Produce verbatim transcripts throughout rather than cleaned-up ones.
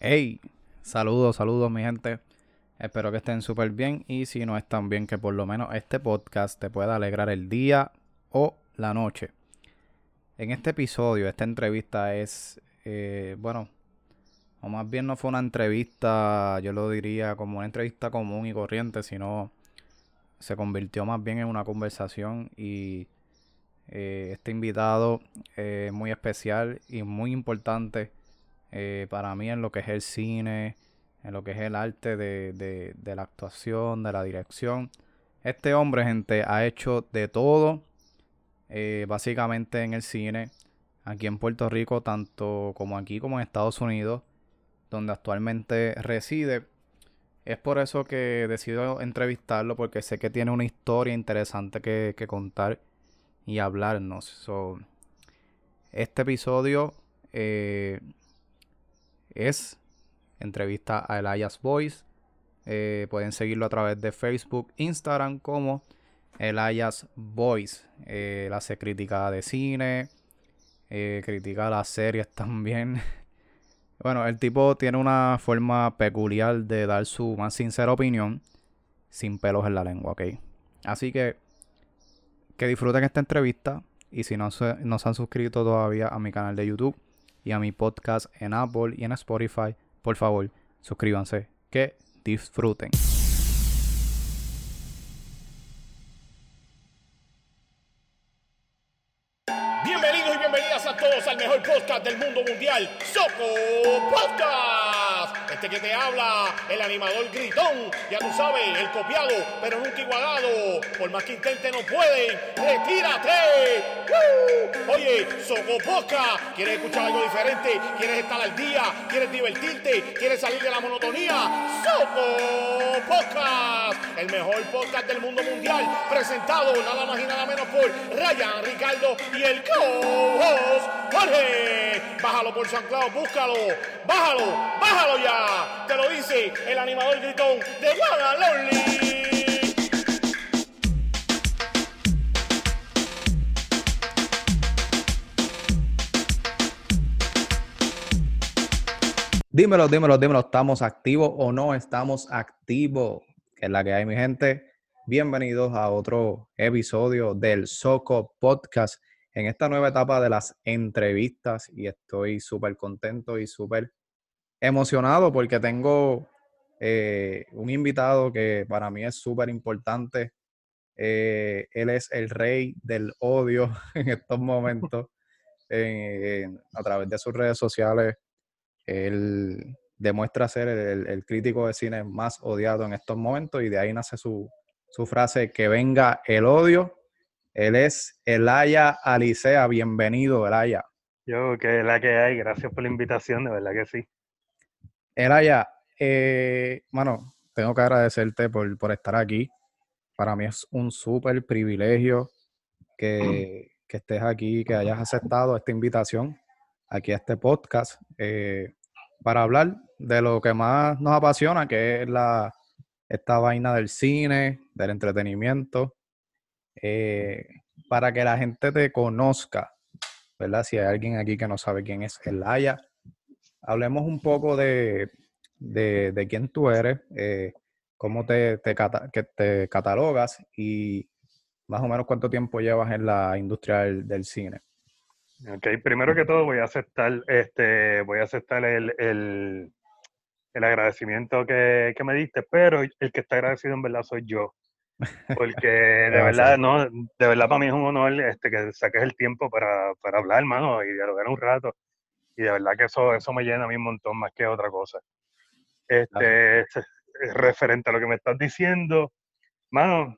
Hey, saludos, saludos mi gente. Espero que estén súper bien y si no están bien, que por lo menos este podcast te pueda alegrar el día o la noche. En este episodio, esta entrevista es, eh, bueno, o más bien no fue una entrevista, yo lo diría como una entrevista común y corriente, sino se convirtió más bien en una conversación y eh, este invitado eh, es muy especial y muy importante eh, para mí en lo que es el cine, en lo que es el arte de, de, de la actuación, de la dirección. Este hombre, gente, ha hecho de todo, eh, básicamente en el cine, aquí en Puerto Rico, tanto como aquí como en Estados Unidos, donde actualmente reside. Es por eso que decido entrevistarlo, porque sé que tiene una historia interesante que, que contar y hablarnos. So, este episodio eh, es entrevista a Elias Boys. Eh, pueden seguirlo a través de Facebook, Instagram como Elias Boys. Eh, él hace crítica de cine, eh, critica las series también. Bueno, el tipo tiene una forma peculiar de dar su más sincera opinión sin pelos en la lengua, ¿ok? Así que que disfruten esta entrevista y si no se, no se han suscrito todavía a mi canal de YouTube y a mi podcast en Apple y en Spotify, por favor, suscríbanse. Que disfruten. Bienvenidos y bienvenidas a todos al mejor podcast del mundo mundial, Soco Podcast. Este que te habla, el animador gritón, ya tú sabes, el copiado, pero nunca igualado. Por más que intente no pueden, retírate. ¡Woo! Oye, Soco Podcast, ¿quieres escuchar algo diferente? ¿Quieres estar al día? ¿Quieres divertirte? ¿Quieres salir de la monotonía? Soco Podcast, el mejor podcast del mundo mundial, presentado nada más y nada menos por Ryan, Ricardo y el co-host Jorge. Bájalo por SoundCloud, búscalo, bájalo, bájalo ya. Te lo dice el animador gritón de One and Lonely. Dímelo, dímelo, dímelo. ¿Estamos activos o no estamos activos? Que es la que hay, mi gente. Bienvenidos a otro episodio del Soco Podcast en esta nueva etapa de las entrevistas y estoy súper contento y súper emocionado porque tengo eh, un invitado que para mí es súper importante. Eh, él es el rey del odio en estos momentos. Eh, a través de sus redes sociales, él demuestra ser el, el crítico de cine más odiado en estos momentos y de ahí nace su, su frase, que venga el odio. Él es Elaya Alicea. Bienvenido, Elaya. Yo, que es la que hay, gracias por la invitación, de verdad que sí. Elaya, eh, mano, tengo que agradecerte por, por estar aquí. Para mí es un súper privilegio que, que estés aquí, que hayas aceptado esta invitación aquí a este podcast eh, para hablar de lo que más nos apasiona, que es la, esta vaina del cine, del entretenimiento, eh, para que la gente te conozca, ¿verdad? Si hay alguien aquí que no sabe quién es Elaya, hablemos un poco de, de, de quién tú eres, eh, cómo te, te, cata, que te catalogas y más o menos cuánto tiempo llevas en la industria del, del cine. Ok, primero que todo voy a aceptar, este, voy a aceptar el, el, el agradecimiento que, que me diste, pero el que está agradecido en verdad soy yo, porque ¿Qué de va a verdad, ser? no, de verdad para mí es un honor este, que saques el tiempo para, para hablar, hermano, y dialogar un rato, y de verdad que eso, eso me llena a mí un montón más que otra cosa. Gracias. Este, referente a lo que me estás diciendo, mano,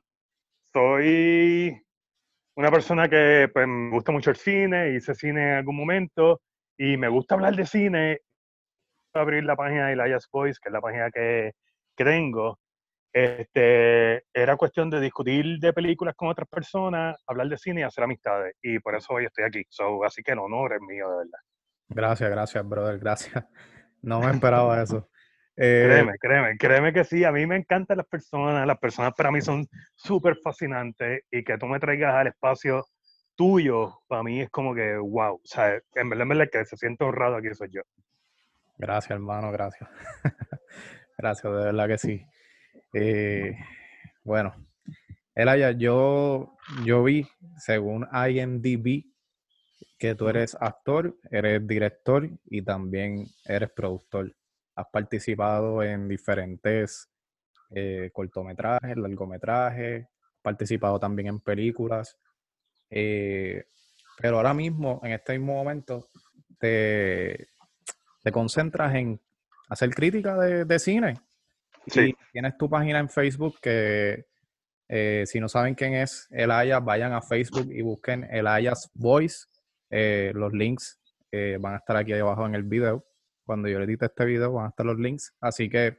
soy una persona que pues, me gusta mucho el cine, hice cine en algún momento y me gusta hablar de cine. Abrir la página de Elias Boys, que es la página que, que tengo, este, era cuestión de discutir de películas con otras personas, hablar de cine y hacer amistades. Y por eso hoy estoy aquí. So, así que el honor es mío, de verdad. Gracias, gracias, brother, gracias. No me esperaba eso. Eh, Créeme, créeme, créeme que sí. A mí me encantan las personas. Las personas para mí son súper fascinantes y que tú me traigas al espacio tuyo, para mí es como que wow. O sea, en verdad, en verdad que se siente honrado aquí soy yo. Gracias, hermano, gracias. Gracias, de verdad que sí. Eh, bueno, Elaya, yo, yo vi, según IMDb, que tú Ujú. eres actor, eres director y también eres productor. Has participado en diferentes eh, cortometrajes, largometrajes, participado también en películas. eh, pero ahora mismo, en este mismo momento, te, te concentras en hacer crítica de, de cine Sí, y tienes tu página en Facebook que eh, si no saben quién es Elias, vayan a Facebook y busquen Elias Voice. Eh, los links eh, van a estar aquí abajo en el video. Cuando yo edite este video van a estar los links. Así que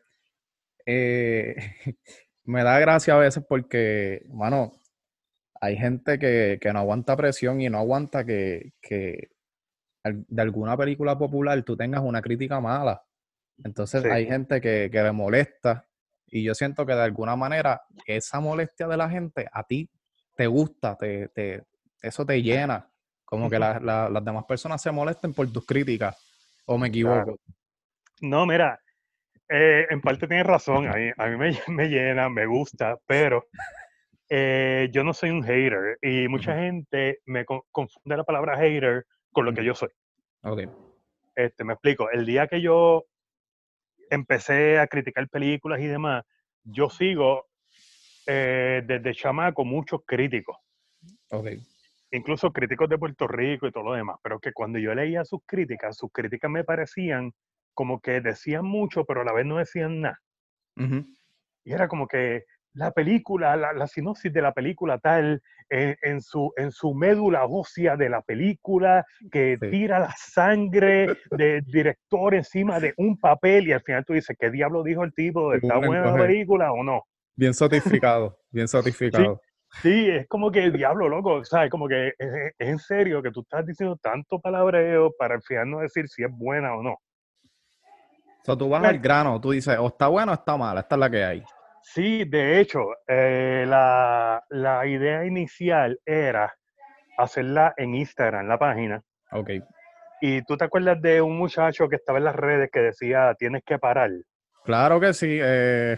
eh, me da gracia a veces porque, mano, hay gente que, que no aguanta presión y no aguanta que, que al- de alguna película popular tú tengas una crítica mala. Entonces sí. hay gente que, que le molesta y yo siento que de alguna manera esa molestia de la gente a ti te gusta, te, te- eso te llena. Como que la- la- las demás personas se molesten por tus críticas. ¿O me Claro. equivoco? No, mira, eh, en parte tienes razón, a mí, a mí me, me llena, me gusta, pero eh, yo no soy un hater y mucha Ujú, gente me co- confunde la palabra hater con lo que ujú. yo soy. Ok. Este, me explico, el día que yo empecé a criticar películas y demás, yo sigo eh, desde chamaco muchos críticos, Ok. incluso críticos de Puerto Rico y todo lo demás, pero que cuando yo leía sus críticas, sus críticas me parecían como que decían mucho, pero a la vez no decían nada. Ujú. Y era como que la película, la, la sinopsis de la película tal, en, en, su, en su médula ósea de la película, que Sí. tira la sangre del director encima de un papel y al final tú dices, ¿qué diablo dijo el tipo? Y ¿Está un buena la lenguaje película o no? bien satisficado, bien Sí, satisficado. sí, es como que diablo, loco, ¿sabes? Como que es, es en serio que tú estás diciendo tanto palabreo para al final no decir si es buena o no. O sea, tú vas al Bueno, grano, tú dices, o está buena o está mala, esta es la que hay. sí, de hecho, eh, la, la idea inicial era hacerla en Instagram, la página. Ok. Y tú te acuerdas de un muchacho que estaba en las redes que decía, tienes que parar. Claro que sí. Eh,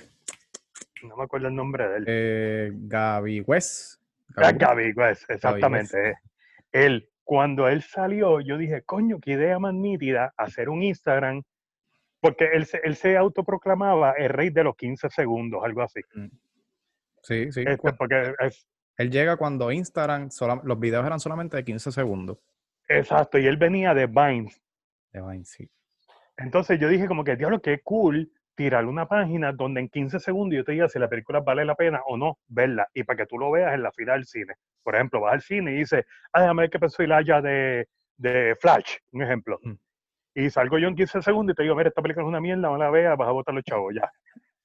No me acuerdo el nombre de él. eh, Gaby West. Ah, Gaby West. Gaby, pues, Gaby West. exactamente. eh. Él, cuando él salió, yo dije, coño, qué idea más nítida hacer un Instagram, porque él, se- él se autoproclamaba el rey de los quince segundos, algo así. Mm. Sí, sí. Este, Cu- porque es Él llega cuando Instagram, sola- los videos eran solamente de quince segundos. exacto, y él venía de Vine. De Vine, sí. Entonces yo dije como que, diablo, qué cool tirar una página donde en quince segundos yo te diga si la película vale la pena o no verla y para que tú lo veas en la fila del cine. Por ejemplo, vas al cine y dices, ah, déjame ver qué pensó Ilaya de, de Flash, un ejemplo. Mm. Y salgo yo en quince segundos y te digo, mira, esta película es una mierda, no la veas, vas a botar los chavos, ya.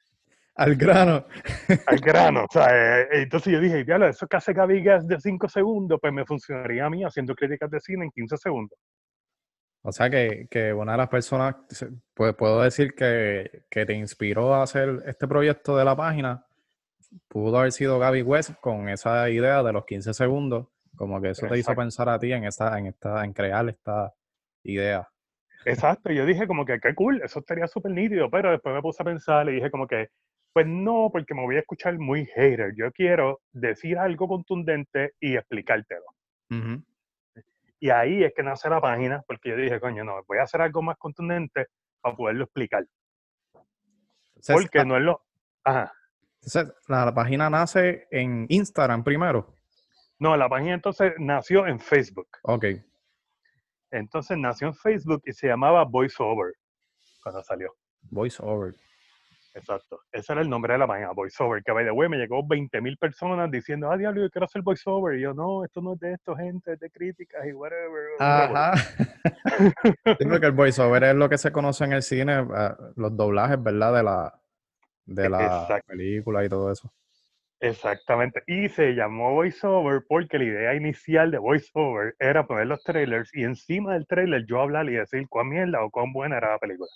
Al grano. Al grano, o sea, eh, entonces yo dije, diablo, eso que hace Gaby Gas de cinco segundos, pues me funcionaría a mí haciendo críticas de cine en quince segundos. O sea que, que una de las personas, se- pues puedo decir que, que te inspiró a hacer este proyecto de la página, pudo haber sido Gaby West con esa idea de los quince segundos, como que eso te hizo Exacto. pensar a ti en esta, en esta, en crear esta idea. Exacto, yo dije como que qué cool, eso estaría súper nítido, pero después me puse a pensar y dije como que, pues no, porque me voy a escuchar muy hater, yo quiero decir algo contundente y explicártelo. Ujú. Y ahí es que nace la página, porque yo dije, coño, no, voy a hacer algo más contundente para poderlo explicar, Entonces, porque ah, no es lo... Ajá, entonces la, la página nace en Instagram primero. no, la página entonces nació en Facebook, Ok, entonces nació en Facebook y se llamaba VoiceOver cuando salió. voice over. Exacto. Ese era el nombre de la página, VoiceOver. Que by the way, me llegó veinte mil personas diciendo, ah, diablo, yo quiero hacer VoiceOver. Y yo, no, esto no es de esto, gente, es de críticas y whatever. Un revolú. Ajá. Sí, porque el voiceover es lo que se conoce en el cine, ah, los doblajes, ¿verdad? De la, de la Exact, película y todo eso. exactamente. Y se llamó VoiceOver porque la idea inicial de VoiceOver era poner los trailers y encima del trailer yo hablar y decir cuán mierda o cuán buena era la película.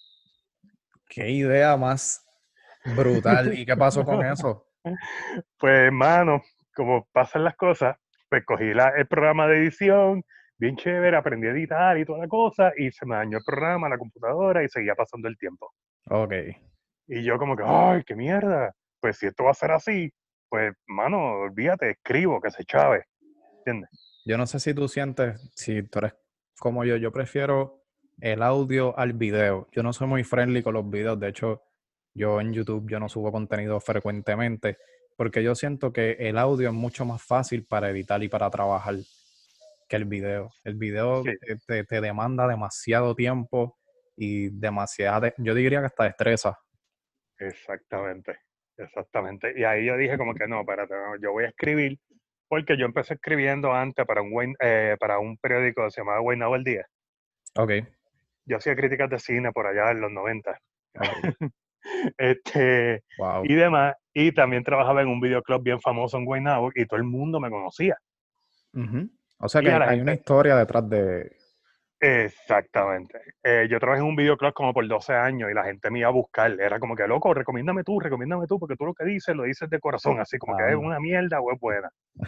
Qué idea más brutal. ¿Y qué pasó con eso? Pues, hermano, como pasan las cosas, pues cogí la, el programa de edición, bien chévere, aprendí a editar y toda la cosa, y se me dañó el programa, la computadora, y seguía pasando el tiempo. Ok. Y yo como que, ¡ay, qué mierda! Pues si esto va a ser así, pues, mano, olvídate, escribo, que se chave, ¿entiendes? Yo no sé si tú sientes, si tú eres como yo, yo prefiero el audio al video. Yo no soy muy friendly con los videos. De hecho, yo en YouTube yo no subo contenido frecuentemente porque yo siento que el audio es mucho más fácil para editar y para trabajar que el video. El video Sí, te, te- te demanda demasiado tiempo y demasiada, yo diría que hasta destreza. exactamente, exactamente. Y ahí yo dije como que no, espérate, no, yo voy a escribir, porque yo empecé escribiendo antes para un, Wayne- eh, para un periódico que se llamaba Guaynabo El Día. Ok, Yo hacía críticas de cine por allá en los noventa. ok. Este, Wow. y demás. Y también trabajaba en un videoclub bien famoso en Guaynabo y todo el mundo me conocía. Ujú. O sea que Y a hay, la hay una gente, historia detrás de... exactamente. Eh, yo trabajé en un videoclub como por doce años y la gente me iba a buscar. Era como que, loco, recomiéndame tú, recomiéndame tú, porque tú lo que dices lo dices de corazón, así como que es Anda. una mierda o es buena.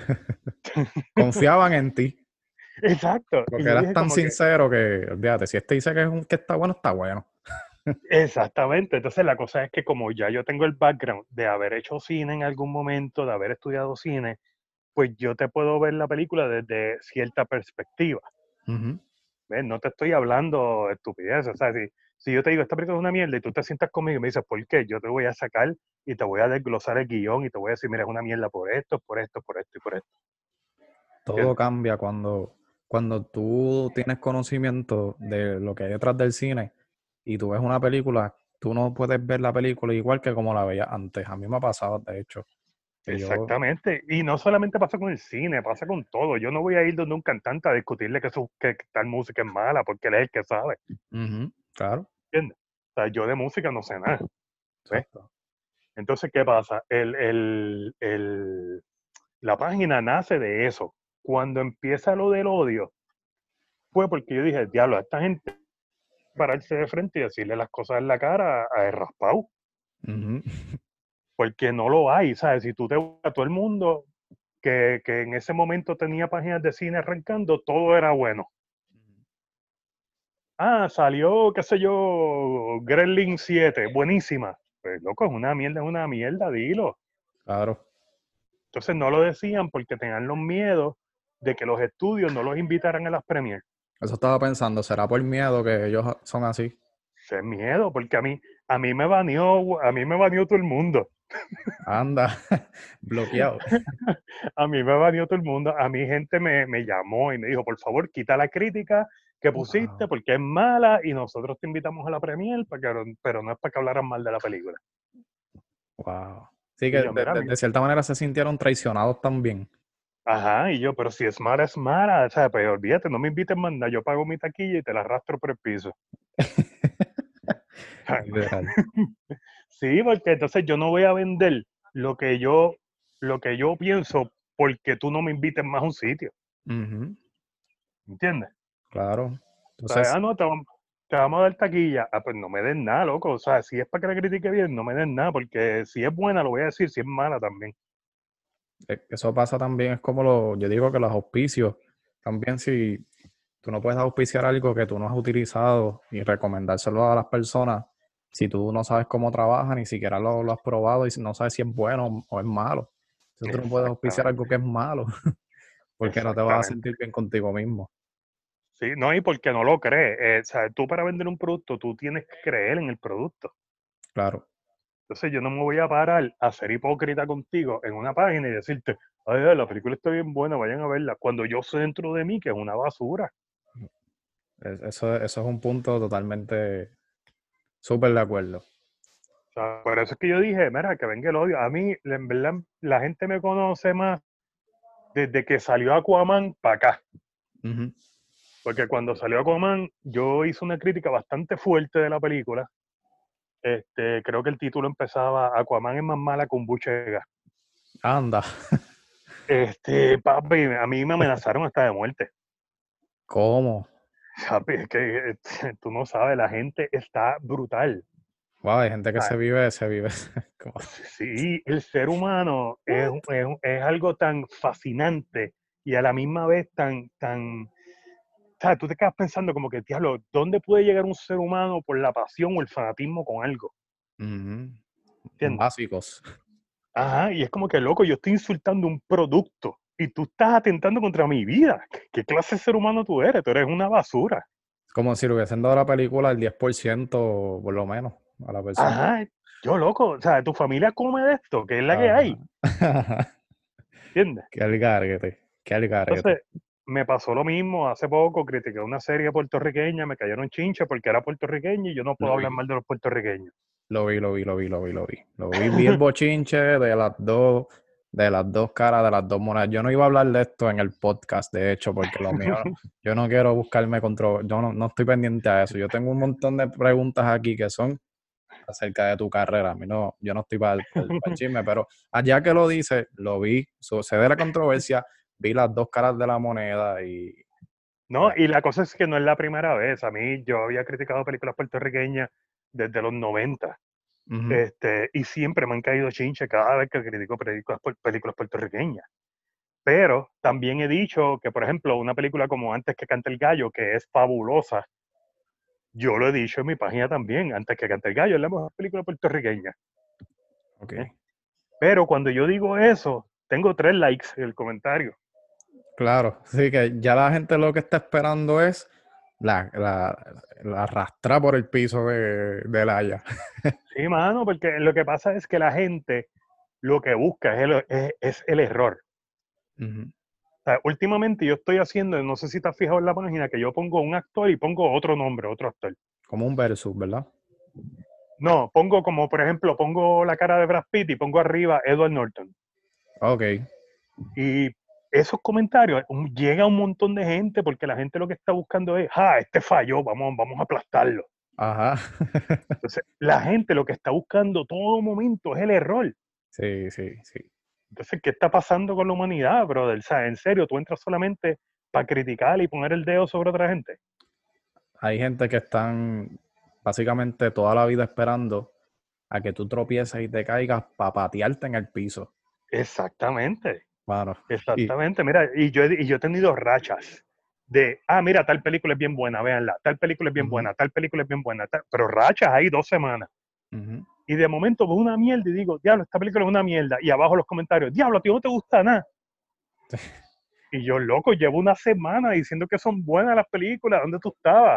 Confiaban en ti. Exacto. Y Porque yo eras dije tan como que, sincero que, olvídate, si este dice que, es un- que está bueno, está bueno. exactamente. Entonces la cosa es que como ya yo tengo el background de haber hecho cine en algún momento, de haber estudiado cine, pues yo te puedo ver la película desde cierta perspectiva. Ujú. ¿Ves? No te estoy hablando de estupidez. O sea, si, si yo te digo, esta película es una mierda y tú te sientas conmigo y me dices, ¿por qué? Yo te voy a sacar y te voy a desglosar el guión y te voy a decir, mira, es una mierda por esto, por esto, por esto y por esto. Todo ¿Entiendes? cambia cuando, cuando tú tienes conocimiento de lo que hay detrás del cine y tú ves una película, tú no puedes ver la película igual que como la veías antes. A mí me ha pasado, de hecho, que yo... Exactamente. Y no solamente pasa con el cine, pasa con todo. Yo no voy a ir donde un cantante a discutirle que, su, que tal música es mala porque él es el que sabe. Ujú, claro, ¿Entiendes? O sea, yo de música no sé nada. ¿Ves? exacto. Entonces, ¿qué pasa? El, el, el, la página nace de eso. Cuando empieza lo del odio, fue porque yo dije, diablo, a esta gente pararse de frente y decirle las cosas en la cara a raspado, Ujú. porque no lo hay, ¿sabes? Si tú te vas a todo el mundo que, que en ese momento tenía páginas de cine arrancando, todo era bueno. Ah, salió, qué sé yo, Gremlin siete, buenísima. Pues loco, es una mierda, es una mierda, dilo. Claro, Entonces no lo decían porque tenían los miedos de que los estudios no los invitaran a las premiers. eso estaba pensando, ¿será por miedo que ellos son así? Ese miedo, porque a mí, a mí me baneó, a mí me baneó todo el mundo. Anda, bloqueado. A mí me baneó todo el mundo. A mí gente me, me llamó y me dijo, por favor, quita la crítica que pusiste Wow, porque es mala y nosotros te invitamos a la premier, para que, pero no es para que hablaran mal de la película. wow. Sí Y que yo, de, mira, de- mira. de cierta manera se sintieron traicionados también. Ajá, y yo, pero si es mala, es mala. O sea, pues olvídate, no me invites más nada. Yo pago mi taquilla y te la arrastro por el piso. Literal. Sí, porque entonces yo no voy a vender lo que yo, lo que yo pienso porque tú no me invites más a un sitio. Ujú, ¿Entiendes? claro. O sea, Entonces, ah, no, te vamos, te vamos a dar taquilla. Ah, pues no me den nada, loco. O sea, si es para que la critique bien, no me den nada, porque si es buena, lo voy a decir, si es mala también. eh, eso pasa también, es como lo, yo digo que los auspicios, también si tú no puedes auspiciar algo que tú no has utilizado y recomendárselo a las personas, si tú no sabes cómo trabaja, ni siquiera lo, lo has probado y si no sabes si es bueno o es malo. Entonces tú no puedes auspiciar algo Exactamente, que es malo, porque no te vas a exactamente. sentir bien contigo mismo. Sí, no, y porque no lo crees. Eh, o sea, tú para vender un producto, tú tienes que creer en el producto. Claro, Entonces yo no me voy a parar a ser hipócrita contigo en una página y decirte, ay, ay, la película está bien buena, vayan a verla, cuando yo sé dentro de mí que es una basura. es- eso, eso es un punto totalmente súper de acuerdo. O sea, por eso es que yo dije, mira, que venga el odio. A mí, en verdad, la gente me conoce más desde que salió Aquaman para acá. Ujú. Porque cuando salió Aquaman, yo hice una crítica bastante fuerte de la película. Este, creo que el título empezaba, Aquaman es más mala que un buche de gas. Anda, Este, papi, a mí me amenazaron hasta de muerte. ¿cómo? Papi, es que eh, tú no sabes, la gente está brutal. Wow, hay gente que Ah, se vive, se vive. como- sí, el ser humano es, es, es algo tan fascinante y a la misma vez tan, tan, sea, tú te quedas pensando como que, diablo, ¿dónde puede llegar un ser humano por la pasión o el fanatismo con algo? Ujú. ¿Entiendes? Básicos. Ajá, y es como que, loco, yo estoy insultando un producto y tú estás atentando contra mi vida. ¿Qué, qué clase de ser humano tú eres? Tú eres una basura. Como si le hubiesen dado la película el diez por ciento por lo menos a la persona. Ajá, yo loco, o sea, tu familia come de esto, que es la que hay, Ajá. ¿entiendes? Qué algarguete, qué algarguete. Entonces, me pasó lo mismo hace poco, critiqué una serie puertorriqueña, me cayeron chinches porque era puertorriqueña y yo no puedo Lo hablar vi, mal de los puertorriqueños. lo vi, lo vi, lo vi, lo vi, lo vi. Lo vi, vi el bochinche de las dos, de las dos caras, de las dos monedas. Yo no iba a hablar de esto en el podcast, de hecho, porque lo mío, yo no quiero buscarme contra, yo no, no estoy pendiente a eso. Yo tengo un montón de preguntas aquí que son acerca de tu carrera. A mí no, yo no estoy para el, para el- para el chisme, pero allá que lo dice, lo vi, sucede la controversia, vi las dos caras de la moneda y No, y la cosa es que no es la primera vez. A mí, yo había criticado películas puertorriqueñas desde los noventa. ujú, Este, y siempre me han caído chinches cada vez que critico películas, películas puertorriqueñas. Pero también he dicho que, por ejemplo, una película como Antes que cante el gallo, que es fabulosa, yo lo he dicho en mi página también, Antes que cante el gallo es la mejor película puertorriqueña. ok. ¿eh? Pero cuando yo digo eso, tengo tres likes en el comentario. Claro, sí que ya la gente lo que está esperando es la, la, la arrastra por el piso de, de Laia. Sí, mano, porque lo que pasa es que la gente lo que busca es el, es, es el error. Ujú. O sea, últimamente yo estoy haciendo, no sé si te has fijado en la página, que yo pongo un actor y pongo otro nombre, otro actor. Como un versus, ¿verdad? No, pongo como, por ejemplo, pongo la cara de Brad Pitt y pongo arriba Edward Norton. Ok, Y esos comentarios, un, llega un montón de gente porque la gente lo que está buscando es, ah, este falló, vamos, vamos a aplastarlo. ajá. Entonces, la gente lo que está buscando todo momento es el error. Sí, sí, sí. Entonces, ¿qué está pasando con la humanidad, brother? O sea, en serio, tú entras solamente para criticar y poner el dedo sobre otra gente. Hay gente que están básicamente toda la vida esperando a que tú tropieces y te caigas para patearte en el piso. Exactamente, Claro. Y, exactamente. Mira, y yo, he- y yo he tenido rachas de, ah, mira, tal película es bien buena, véanla, tal película es bien ujú, buena, tal película es bien buena, tal- pero rachas ahí dos semanas. ujú. Y de momento veo una mierda y digo, diablo, esta película es una mierda. Y abajo los comentarios, diablo, a ti no te gusta nada. Y yo, loco, llevo una semana diciendo que son buenas las películas, ¿dónde tú estabas?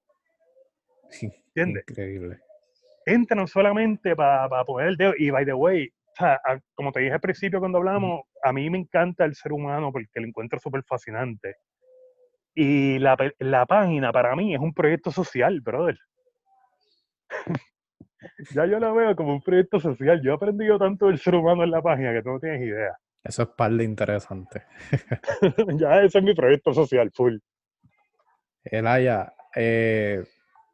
Sí, ¿Entiendes? increíble. Entran solamente para pa poner el dedo. Y by the way, o sea, a, como te dije al principio cuando Ujú. hablamos, a mí me encanta el ser humano porque lo encuentro súper fascinante. Y la, la página para mí es un proyecto social, brother. Ya yo la veo como un proyecto social. Yo he aprendido tanto del ser humano en la página que tú no tienes idea. Eso es par de interesante. Ya ese es mi proyecto social, full. Elaya, eh,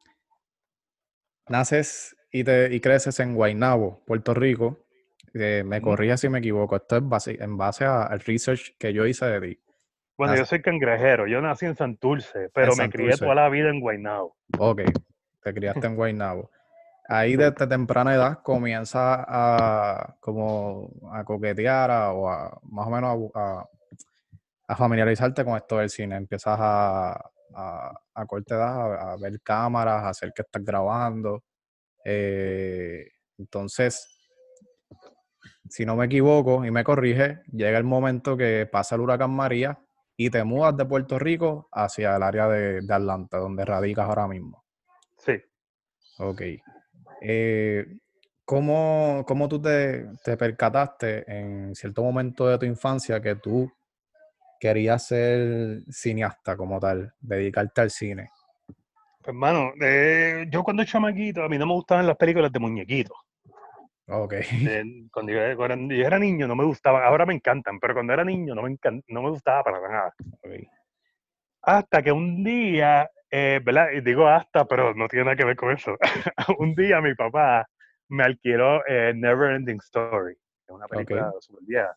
naces y, te, y creces en Guaynabo, Puerto Rico. Eh, me ¿Mm? corrija si me equivoco. Esto es base, en base a- al research que yo hice de ti. Bueno, yo Naces soy cangrejero. Yo nací en Santurce, en pero me crié Santurce. toda la vida en Guaynabo. Ok, te criaste en Guaynabo. Ahí Sí. desde temprana edad comienza a como a coquetear a- o a más o menos a, a- a familiarizarte con esto del cine. Empiezas a, a, a corta edad a, a ver cámaras, a hacer que estás grabando. Eh, entonces, si no me equivoco y me corrige, llega el momento que pasa el huracán María y te mudas de Puerto Rico hacia el área de, de Atlanta, donde radicas ahora mismo. Sí. Ok. Eh, ¿cómo, cómo tú te, te percataste en cierto momento de tu infancia que tú querías ser cineasta como tal, dedicarte al cine? Pues, hermano, eh, yo cuando chamaquito, a mí no me gustaban las películas de muñequitos. Ok. De- cuando, yo, cuando yo era niño no me gustaban, ahora me encantan, pero cuando era niño no me, encan- no me gustaba para nada. Ok. Hasta que un día, eh, ¿verdad? Y digo hasta, pero no tiene nada que ver con eso. Un día mi papá me alquiló eh, Never Ending Story, que es una Ok. película súper vieja.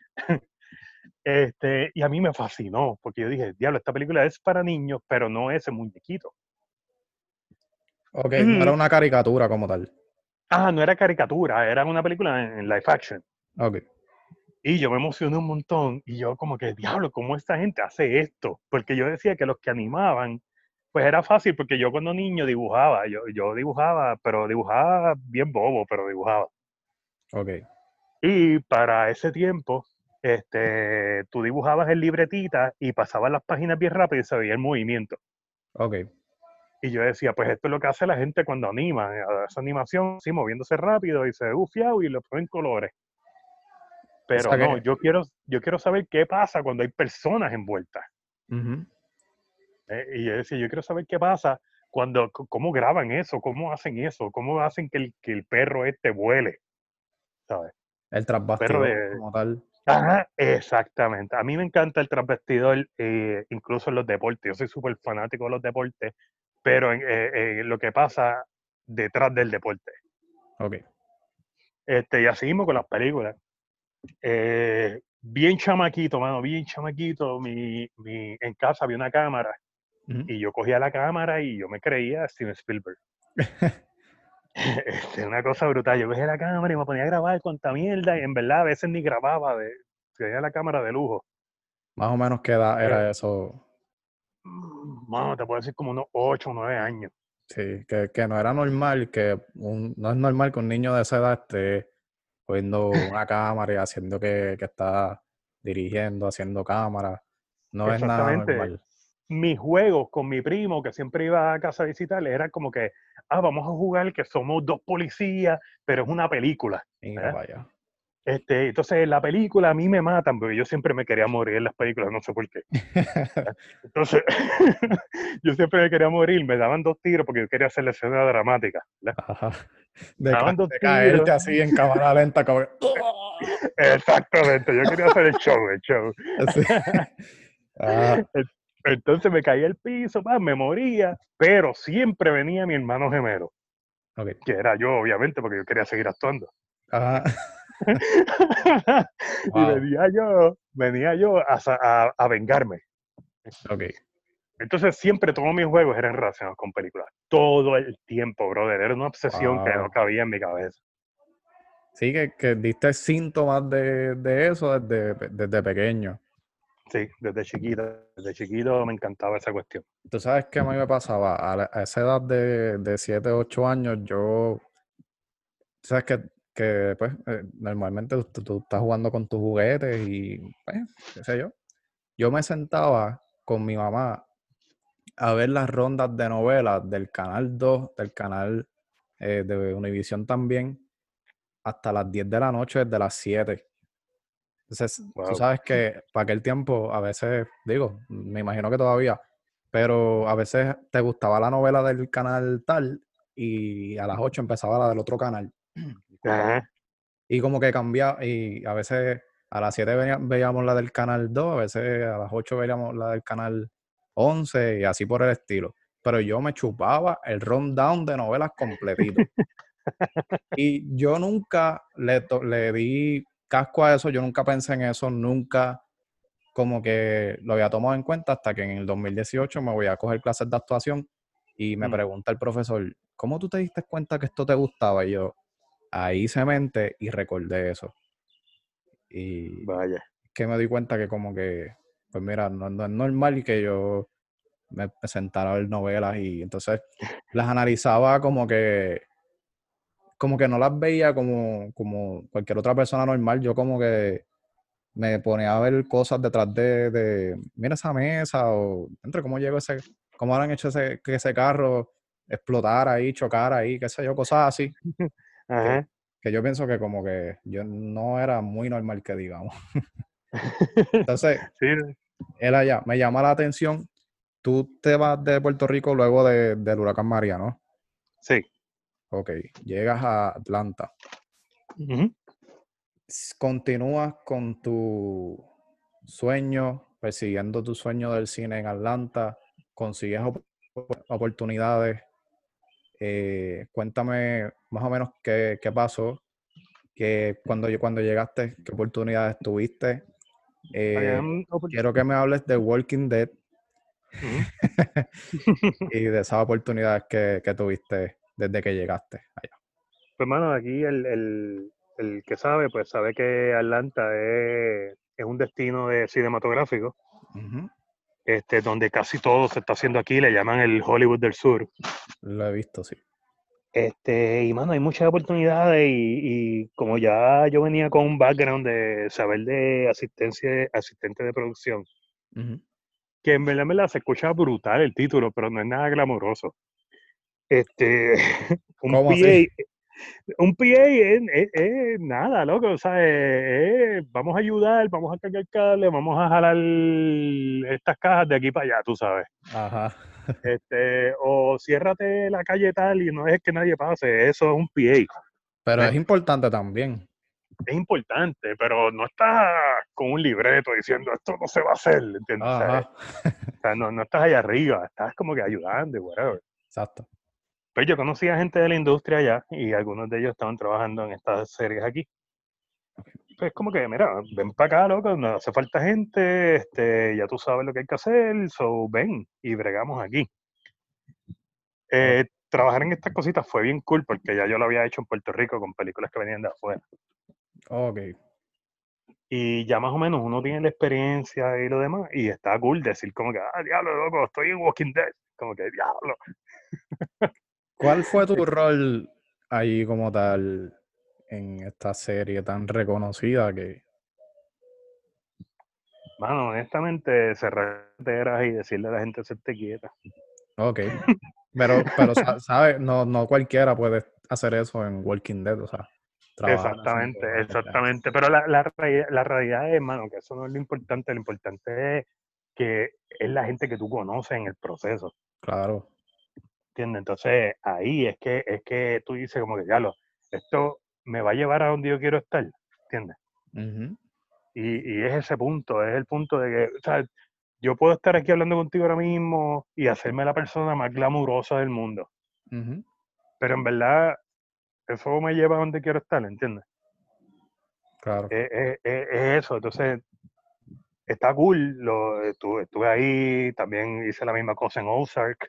Este, y a mí me fascinó, porque yo dije, diablo, esta película es para niños, pero no ese muñequito. Ok, no era Y, una caricatura como tal. ah, no era caricatura, era una película en, en live action. Ok. Y yo me emocioné un montón y yo como que, diablo, ¿cómo esta gente hace esto? Porque yo decía que los que animaban, pues era fácil porque yo cuando niño dibujaba, yo, yo dibujaba, pero dibujaba bien bobo, pero dibujaba. Ok, Y para ese tiempo, este, tú dibujabas en libretita y pasabas las páginas bien rápido y se veía el movimiento. ok. Y yo decía, pues esto es lo que hace la gente cuando anima, eh, esa animación, sí, moviéndose rápido y se ve bufiado y le ponen colores. O Pero sea no, que... yo quiero, yo quiero saber qué pasa cuando hay personas envueltas. Ujú. ¿Eh? Y yo decía, yo quiero saber qué pasa cuando, c- cómo graban eso, cómo hacen eso, cómo hacen que el, que el perro este vuele, ¿sabes? El Un perro trasbastidor de... como tal. Ajá, exactamente. A mí me encanta el transvestidor, eh, incluso en los deportes. Yo soy súper fanático de los deportes, pero en, eh, eh, lo que pasa detrás del deporte. Ok. Este, y así mismo con las películas. Eh, bien chamaquito, mano, bien chamaquito. Mi, mi, en casa había una cámara Ujú. y yo cogía la cámara y yo me creía Steven Spielberg. Este, una cosa brutal. Yo cogía la cámara y me ponía a grabar con esta mierda y en verdad a veces ni grababa, de, tenía la cámara de lujo. Más o menos qué edad Eh, era eso. Mano, te puedo decir como unos ocho o nueve años. Sí, que, que no era normal, que un, no es normal que un niño de esa edad esté cogiendo una cámara y haciendo que, que está dirigiendo, haciendo cámara. No es nada Exactamente. normal. Mis juegos con mi primo, que siempre iba a casa a visitarle, era como que, ah, vamos a jugar que somos dos policías, pero es una película. Mira ¿Eh? para allá. Este, entonces, en la película a mí me matan, porque yo siempre me quería morir en las películas, no sé por qué. Entonces, yo siempre me quería morir, me daban dos tiros porque yo quería hacer la escena dramática. ¿Verdad? Ajá. Me De, ca- daban dos de tiros. caerte así en cámara lenta, como que... Exactamente, yo quería hacer el show, el show. Así. Ah, Entonces me caía al piso, pa, me moría, pero siempre venía mi hermano gemelo, ok. que era yo, obviamente, porque yo quería seguir actuando. Ah, Y wow. venía yo, venía yo a, sa- a, a vengarme. Ok. Entonces siempre todos mis juegos eran relacionados con películas. Todo el tiempo, brother. Era una obsesión que no Wow. cabía en mi cabeza. Sí, que, que diste síntomas de, de eso desde, desde pequeño. Sí, desde chiquito, desde chiquito me encantaba esa cuestión. Tú sabes qué a mí me pasaba a, la- a esa edad de, de siete ocho años, yo, tú sabes que, que pues, eh, normalmente tú, tú estás jugando con tus juguetes y, pues, qué sé yo. Yo me sentaba con mi mamá a ver las rondas de novelas del Canal dos, del canal eh, de Univisión también, hasta las diez de la noche, desde las siete. Entonces, tú Wow. sabes que para aquel tiempo, a veces, digo, me imagino que todavía, pero a veces te gustaba la novela del canal tal y a las ocho empezaba la del otro canal. Disculpa. Ajá. Y como que cambiaba, y a veces a las siete veía- veíamos la del canal dos, a veces a las ocho veíamos la del canal once y así por el estilo. Pero yo me chupaba el rundown de novelas completito. Y yo nunca le, to- le di casco a eso, yo nunca pensé en eso, nunca como que lo había tomado en cuenta hasta que en el dos mil dieciocho me voy a coger clases de actuación y me Mm, pregunta el profesor, ¿cómo tú te diste cuenta que esto te gustaba? Y yo, ahí hice mente y recordé eso. Y vaya. que me di cuenta que como que, pues mira, no, no es normal que yo me, me sentara a ver novelas y entonces las analizaba como que como que no las veía como, como cualquier otra persona normal. Yo como que me ponía a ver cosas detrás de, de mira esa mesa o entre cómo llegó ese, cómo habrán hecho ese, que ese carro explotara ahí, chocara ahí, qué sé yo, cosas así. Que, Ajá. que yo pienso que como que yo no era muy normal que digamos. Entonces, Sí, él allá, me llama la atención. Tú te vas de Puerto Rico luego de, del huracán María, ¿no? sí. Ok, llegas a Atlanta. Ujú. S- Continúas con tu sueño, persiguiendo tu sueño del cine en Atlanta, consigues op- oportunidades. Eh, cuéntame más o menos qué, qué pasó, que cuando, cuando llegaste, qué oportunidades tuviste. Eh, Habían opor- quiero que me hables de Walking Dead Ujú. y de esas oportunidades que, que tuviste desde que llegaste allá. Pues, mano, aquí el, el, el que sabe, pues sabe que Atlanta es, es un destino de cinematográfico, Ujú. este, donde casi todo se está haciendo aquí, le llaman el Hollywood del Sur. Lo he visto, sí. Este, y mano, hay muchas oportunidades y, y como ya yo venía con un background de saber de asistencia, asistente de producción, Ujú. que en verdad, en verdad se escucha brutal el título, pero no es nada glamoroso. Este, un ¿Cómo así? P A, un P A es, es- es nada, loco, o sea, es- es, vamos a ayudar, vamos a cargar cable, vamos a jalar estas cajas de aquí para allá, tú sabes. Ajá. Este, o ciérrate la calle tal y no es que nadie pase, eso es un P A. Pero ¿Ves? es importante también. Es importante, pero no estás con un libreto diciendo esto no se va a hacer, ¿entiendes? O sea, Ajá. o sea, no, no estás allá arriba, estás como que ayudando y whatever. Exacto. Pues yo conocí a gente de la industria allá y algunos de ellos estaban trabajando en estas series aquí. Pues como que, mira, ven para acá, loco, no hace falta gente, este, ya tú sabes lo que hay que hacer, so ven y bregamos aquí. Ok. Eh, trabajar en estas cositas fue bien cool porque ya yo lo había hecho en Puerto Rico con películas que venían de afuera. Ok. Y ya más o menos uno tiene la experiencia y lo demás, y está cool decir como que, ah, diablo, loco, estoy en Walking Dead. Como que, diablo. ¿Cuál fue tu rol ahí como tal en esta serie tan reconocida que... Mano, honestamente, cerrar carteras y decirle a la gente se te quieta. Ok. Pero, pero sa- ¿sabes? No, no cualquiera puede hacer eso en Walking Dead, o sea, trabajar haciendo Exactamente, algo real. exactamente. Pero la, la, realidad, la realidad es, mano, que eso no es lo importante. Lo importante es que es la gente que tú conoces en el proceso. Claro. ¿Entiendes? Entonces, ahí es que, es que tú dices como que, diablo, esto me va a llevar a donde yo quiero estar. ¿Entiendes? Ujú. Y, y es ese punto, es el punto de que, o sea, yo puedo estar aquí hablando contigo ahora mismo y hacerme la persona más glamurosa del mundo, Ujú. pero en verdad eso me lleva a donde quiero estar, ¿entiendes? Claro. Es, es- es- es eso, entonces está cool, lo, estuve, estuve ahí, también hice la misma cosa en Ozark,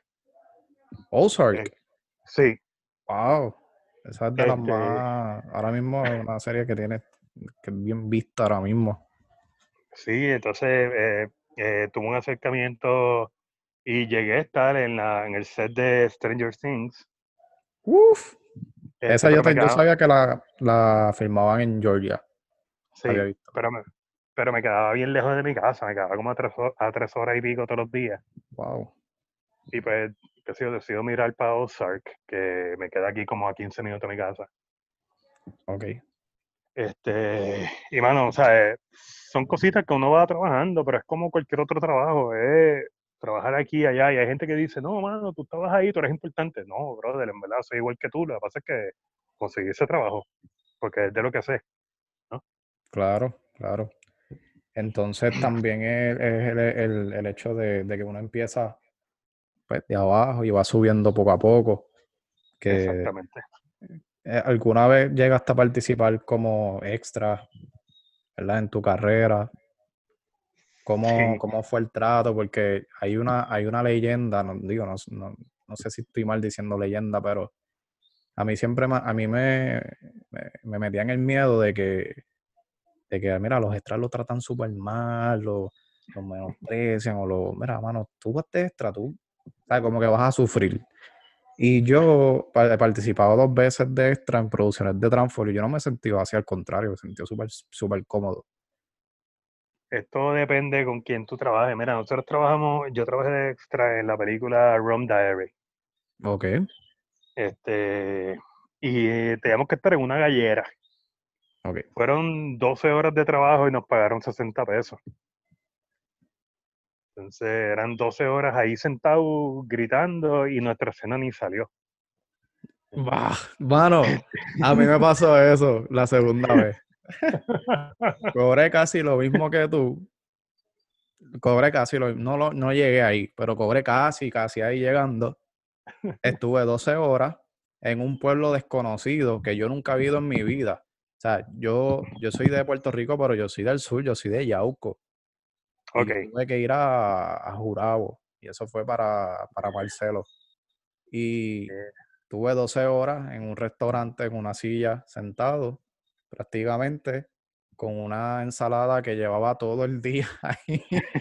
eh, Ozark. sí, Wow. Esa es de las este, más... Ahora mismo es una serie que tiene... que es bien vista ahora mismo. sí, entonces eh, eh, tuve un acercamiento y llegué a estar en, la, en el set de Stranger Things, Uf. este, Esa yo, pero me te- yo quedaba, sabía que la, la filmaban en Georgia. Había sí, visto. pero me, pero me quedaba bien lejos de mi casa, me quedaba como a tres, ho- a tres horas y pico todos los días. Wow. Y pues, qué sé yo, decido mirar para Ozark, que me queda aquí como a quince minutos de mi casa. Ok. Este, y mano, o sea, eh, son cositas que uno va trabajando, pero es como cualquier otro trabajo, es trabajar aquí y allá. Y hay gente que dice, no, mano, tú estabas ahí, tú eres importante. No, brother, en verdad soy igual que tú. Lo que pasa es que conseguí ese trabajo, porque es de lo que sé, ¿no? Claro, claro. Entonces también es, es el, el- el hecho de, de que uno empieza pues, de abajo y va subiendo poco a poco. Que Exactamente. eh, alguna vez llegaste a participar como extra, ¿verdad? En tu carrera. ¿Cómo, Sí, cómo fue el trato? Porque hay una, hay una leyenda, no digo, no, no, no sé si estoy mal diciendo leyenda, pero a mí siempre, me- a mí me, me, me metían el miedo de que, de que, mira, los extras lo tratan súper mal, lo- los menosprecian, o lo, mira, mano, tú vas de extra, tú, ¿sabes? Como que vas a sufrir. Y yo pa- he participado dos veces de extra en producciones de Transfor y yo no me he sentido así, al contrario, me he sentido súper, súper cómodo. esto depende con quién tú trabajes. Mira, nosotros trabajamos, yo trabajé de extra en la película Rum Diary. Ok, Este, y teníamos que estar en una gallera. ok. Fueron doce horas de trabajo y nos pagaron sesenta pesos. Entonces eran doce horas ahí sentados gritando y nuestra escena ni salió. Bah, mano, a mí me pasó eso la segunda vez. Cobré casi lo mismo que tú. Cobré casi lo no, lo, no llegué ahí, pero cobré casi, casi ahí llegando. Estuve doce horas en un pueblo desconocido que yo nunca he ido en mi vida. O sea, yo, yo soy de Puerto Rico, pero yo soy del sur, yo soy de Yauco. Y Ok, yo tuve que ir a, a Jurabo. Y eso fue para, para Marcelo. Y eh, tuve doce horas en un restaurante en una silla sentado. prácticamente con una ensalada que llevaba todo el día ahí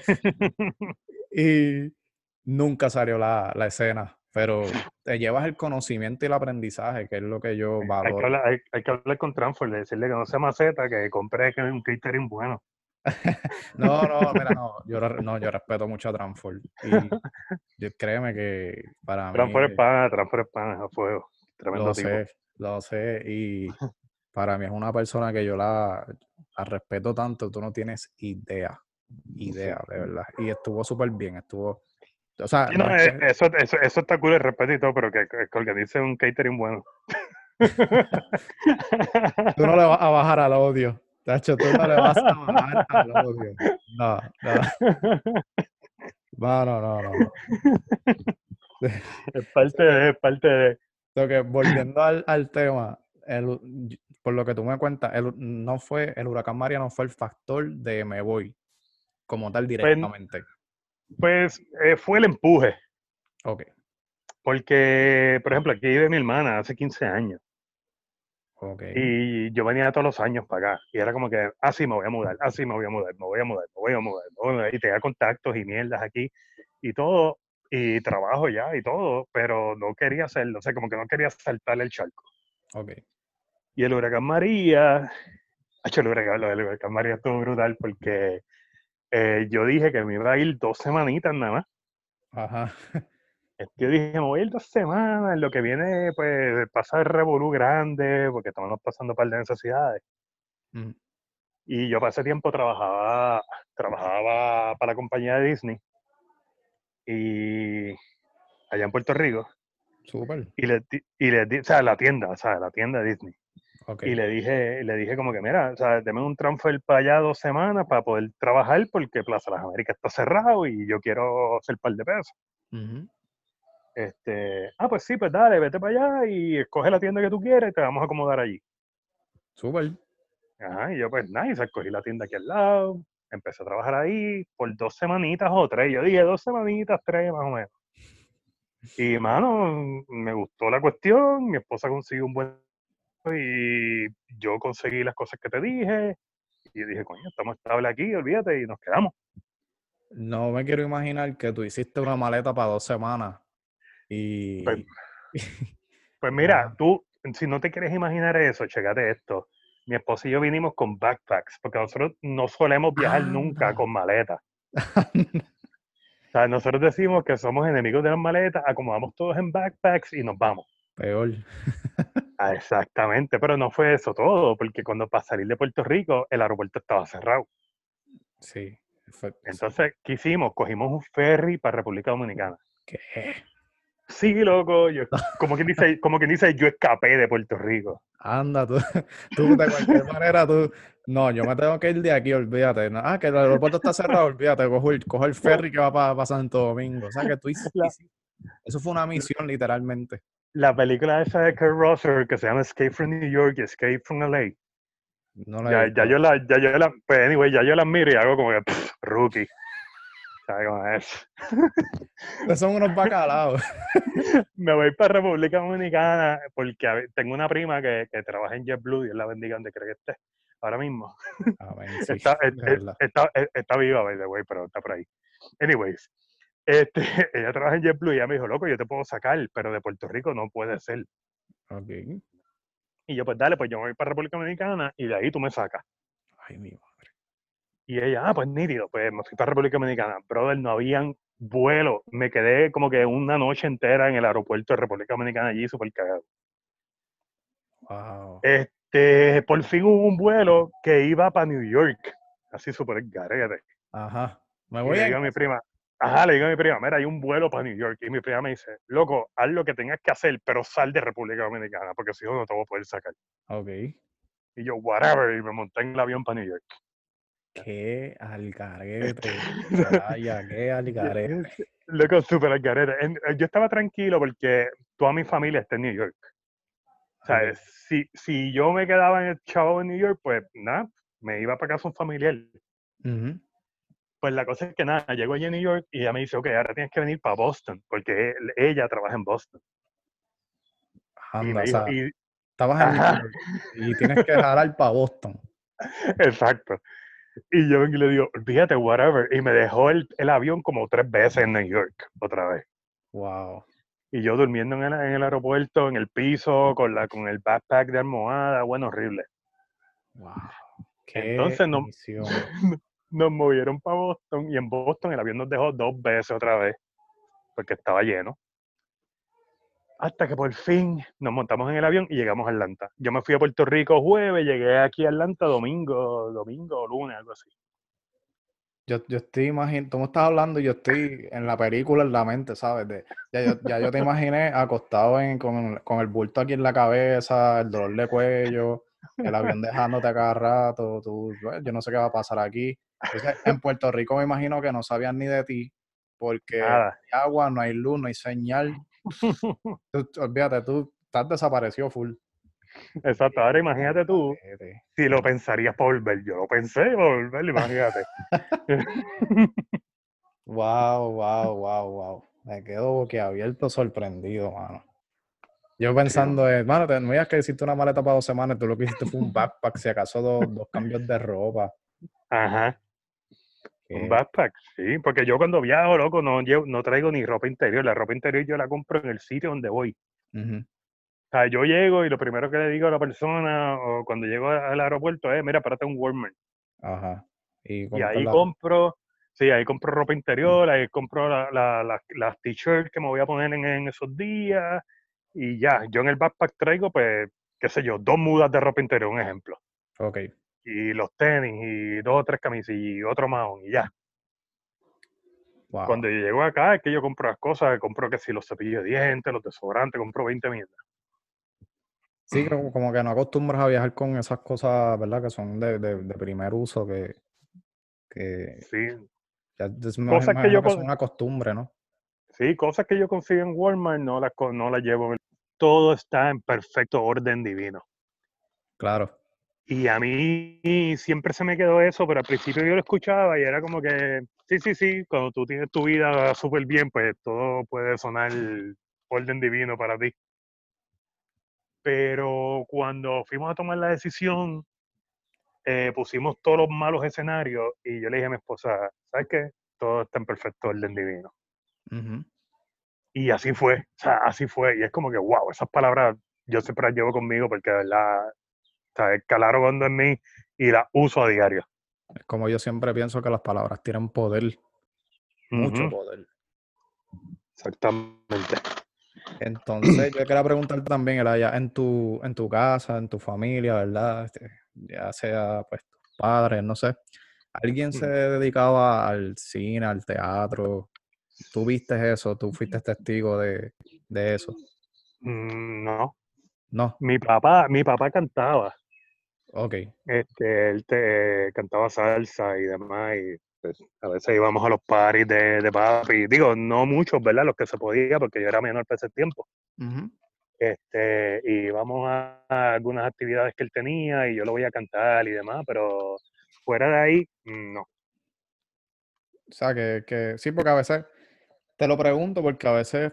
y nunca salió la, la escena, pero te llevas el conocimiento y el aprendizaje, que es lo que yo Hay que valoro. hablar, hay, hay que hablar con Transfer, de decirle que no se maceta, que compre que un catering bueno. No, no, mira, no, yo, re- no, yo respeto mucho a Transform y yo- créeme que para mí Transfer es pana, Transfer es pana, a fuego. lo Tremendo tipo. sé, lo sé y para mí es una persona que yo la, la respeto tanto, tú no tienes idea, Sí. idea, de verdad. Y estuvo súper bien, estuvo, o sea, Sí, no, no es eh, que eso, eso, eso está cool, el respeto y todo, pero que, que, que organice un catering bueno. tú no le vas a bajar al odio, tacho, tú no le vas a bajar al odio. No, no, no, no, no, no. no. Es Eso parte que, de, es parte de. eso que volviendo al, al tema, el, por lo que tú me cuentas, el, no fue, el huracán María no fue el factor de me voy como tal Pues, directamente. pues eh, fue el empuje, Ok, porque, por ejemplo, aquí vive mi hermana hace quince años. ok. Y yo venía todos los años para acá. Y era como que, ah, sí, me voy a mudar, ah, sí, me voy a mudar, me voy a mudar, me voy a mudar, me voy a mudar. Y tenía contactos y mierdas aquí y todo, y trabajo ya y todo, pero no quería hacerlo, o sea, como que no quería saltar el charco. Ok. Y el huracán María, hecho, el huracán, lo del huracán María estuvo brutal porque eh, yo dije que me iba a ir dos semanitas nada más. Ajá. Yo dije, me voy a ir dos semanas, en lo que viene, pues, pasa el revolú grande, porque estamos pasando un par de necesidades. Mm, Y yo para ese tiempo trabajaba, trabajaba para la compañía de Disney y allá en Puerto Rico. súper. Y le, di- y le di- o sea, la tienda, o sea, la tienda de Disney. Ok. Y le dije, le dije como que, mira, o sea, deme un transfer para allá dos semanas para poder trabajar porque Plaza Las Américas está cerrado y yo quiero hacer un par de pesos. Ujú, Este, ah, pues sí, pues dale, vete para allá y escoge la tienda que tú quieres y te vamos a acomodar allí. súper. Ajá, y yo pues nice, escogí la tienda aquí al lado, empecé a trabajar ahí por dos semanitas o tres, yo dije dos semanitas, tres más o menos. Y mano, me gustó la cuestión, mi esposa consiguió un buen y yo conseguí las cosas que te dije y yo dije, coño, estamos estables aquí, olvídate y nos quedamos. No me quiero imaginar que tú hiciste una maleta para dos semanas Pues, y... pues mira, Ajá. tú, si no te quieres imaginar eso, chécate esto. Mi esposa y yo vinimos con backpacks, porque nosotros no solemos viajar nunca Anda. con maletas. O sea, nosotros decimos que somos enemigos de las maletas, acomodamos todos en backpacks y nos vamos. Peor. Ah, exactamente, pero no fue eso todo, porque cuando para salir de Puerto Rico, el aeropuerto estaba cerrado. Sí. fue- sí. Entonces, ¿qué hicimos? Cogimos un ferry para República Dominicana. ¿Qué? Sí, loco, yo, como quien dice, como quien dice, yo escapé de Puerto Rico. Anda, tú, tú de cualquier manera, tú... No, yo me tengo que ir de aquí, olvídate. No, ah, que el aeropuerto está cerrado, olvídate. Cojo el, cojo el ferry que va para Santo Domingo. O sea, que tú La, hiciste... Eso fue una misión, literallite. la película esa de Kurt Russell que se llama Escape from New York y Escape from L A. No la he Ya, ya visto. yo la, ya yo la, pues anyway, ya yo la miro y hago como que, pff, rookie. ¿Sabes cómo es? Son unos bacalaos. Me voy para República Dominicana porque a ver, tengo una prima que, que trabaja en JetBlue, Dios la bendiga donde cree que esté ahora mismo. Amén, sí, Está, es- de es- verdad. está, es- está viva, by the way, pero está por ahí. Anyways, este, ella trabaja en JetBlue y ella me dijo, loco, yo te puedo sacar, pero de Puerto Rico no puede ser. Ok. Y yo, pues dale, pues yo me voy para República Dominicana y de ahí tú me sacas. Ay, mi madre. Y ella, ah, pues nítido, pues me fui para República Dominicana. Brother, no habían vuelo. Me quedé como que una noche entera en el aeropuerto de República Dominicana allí, súper cagado. Wow. Este, por fin hubo un vuelo que iba para New York, así súper garete. Ajá. Me Y voy le en digo a mi eso. prima, ajá, le digo a mi prima, mira, hay un vuelo para New York. Y mi prima me dice, loco, haz lo que tengas que hacer, pero sal de República Dominicana, porque si no, no te voy a poder sacar. Ok. Y yo, whatever, y me monté en el avión para New York. Qué Este, algarete. Soraya, qué algarete. loco, súper al garete. En- Yo estaba tranquilo porque toda mi familia está en New York. O sea, Ok. si, si yo me quedaba en el chavo en New York, pues nada, me iba para casa un familiar. Ujú. Pues la cosa es que nada, llego allí a New York y ella me dice, ok, ahora tienes que venir para Boston, porque él- ella trabaja en Boston. Y Anda, me o dijo, sea, y Estabas en New Ajá, York y tienes que jalar para Boston. exacto. Y yo vengo y le digo, fíjate, whatever. Y me dejó el, el avión como tres veces en New York, otra vez. Wow, Y yo durmiendo en el, en el aeropuerto, en el piso, con, la, con el backpack de almohada, bueno, horrible. wow. Qué Entonces no, misión. nos movieron para Boston y en Boston el avión nos dejó dos veces otra vez, porque estaba lleno. Hasta que por fin nos montamos en el avión y llegamos a Atlanta. Yo me fui a Puerto Rico jueves, llegué aquí a Atlanta domingo, domingo o lunes, algo así. Yo, yo estoy imaginando, tú me estás hablando y yo estoy en la película en la mente, ¿sabes? De, ya, yo, ya yo te imaginé acostado en, con, con el bulto aquí en la cabeza, el dolor de cuello, el avión dejándote a cada rato, tú, "Bueno, yo no sé qué va a pasar aquí". Entonces, en Puerto Rico me imagino que no sabían ni de ti, porque no Nada. hay agua, no hay luz, no hay señal. Tú, olvídate, tú estás desaparecido full. Exacto. Ahora imagínate Al tú garete. si lo pensarías para volver. Yo lo pensé para volver, imagínate. Wow, wow, wow, wow. Me quedo boquiabierto, sorprendido, mano. Yo Sí, no. pensando, en, mano, te no digas que hiciste una maleta para dos semanas, tú lo que hiciste fue un backpack, si acaso dos, dos cambios de ropa. Ajá. Un Que, backpack, sí, porque yo cuando viajo, loco, no llevo, no traigo ni ropa interior. La ropa interior yo la compro en el sitio donde voy. ujú, O sea, yo llego y lo primero que le digo a la persona o cuando llego a- al aeropuerto es, mira, párate un Walmart. ajá. Y Y comprar ahí la... compro, sí, ahí compro ropa interior, ahí compro la- la- la- las t-shirts que me voy a poner en, en esos días. Y ya, yo en el backpack traigo, pues, qué sé yo, dos mudas de ropa interior, un ejemplo. Ok, Y los tenis y dos o tres camisas y otro mahón y ya. wow. Cuando yo llego acá es que yo compro las cosas, compro que si los cepillos de dientes, los desodorantes, compro veinte mierdas. Sí, como, como que no acostumbras a viajar con esas cosas, ¿verdad? Que son de, de, de primer uso, que, que Sí, ya es- me cosas que imagino yo, que son con- una costumbre, ¿no? sí, cosas que yo consigo en Walmart no las, co- no las llevo. Todo está en perfecto orden divino. Claro. Y a mí siempre se me quedó eso, pero al principio yo lo escuchaba y era como que, sí, sí, sí, cuando tú tienes tu vida súper bien, pues todo puede sonar orden divino para ti. Pero cuando fuimos a tomar la decisión, eh, pusimos todos los malos escenarios y yo le dije a mi esposa, ¿sabes qué? Todo está en perfecto orden divino. Ujú. Y así fue, o sea, así fue. Y es como que, wow, esas palabras yo siempre las llevo conmigo porque de verdad, o sea, calaron hondo en mí y las uso a diario. Es como yo siempre pienso que las palabras tienen poder, mucho Ujú, poder. exactamente. Entonces, yo quería preguntarte también, era ya en tu, en tu casa, en tu familia, ¿verdad? Este, ya sea pues tus padres, no sé. ¿Alguien se dedicaba al cine, al teatro? ¿Tú viste eso? ¿Tú fuiste testigo de, de eso? Mm, no, No. mi papá, mi papá cantaba, Ok. este, él te, cantaba salsa y demás, y pues, a veces íbamos a los parties de, de papi, digo, no muchos, ¿verdad? Los que se podía, porque yo era menor para ese tiempo, Ujú. este, y íbamos a, a algunas actividades que él tenía y yo lo voy a cantar y demás, pero fuera de ahí, mm, no. O sea, que, que sí, porque a veces, te lo pregunto porque a veces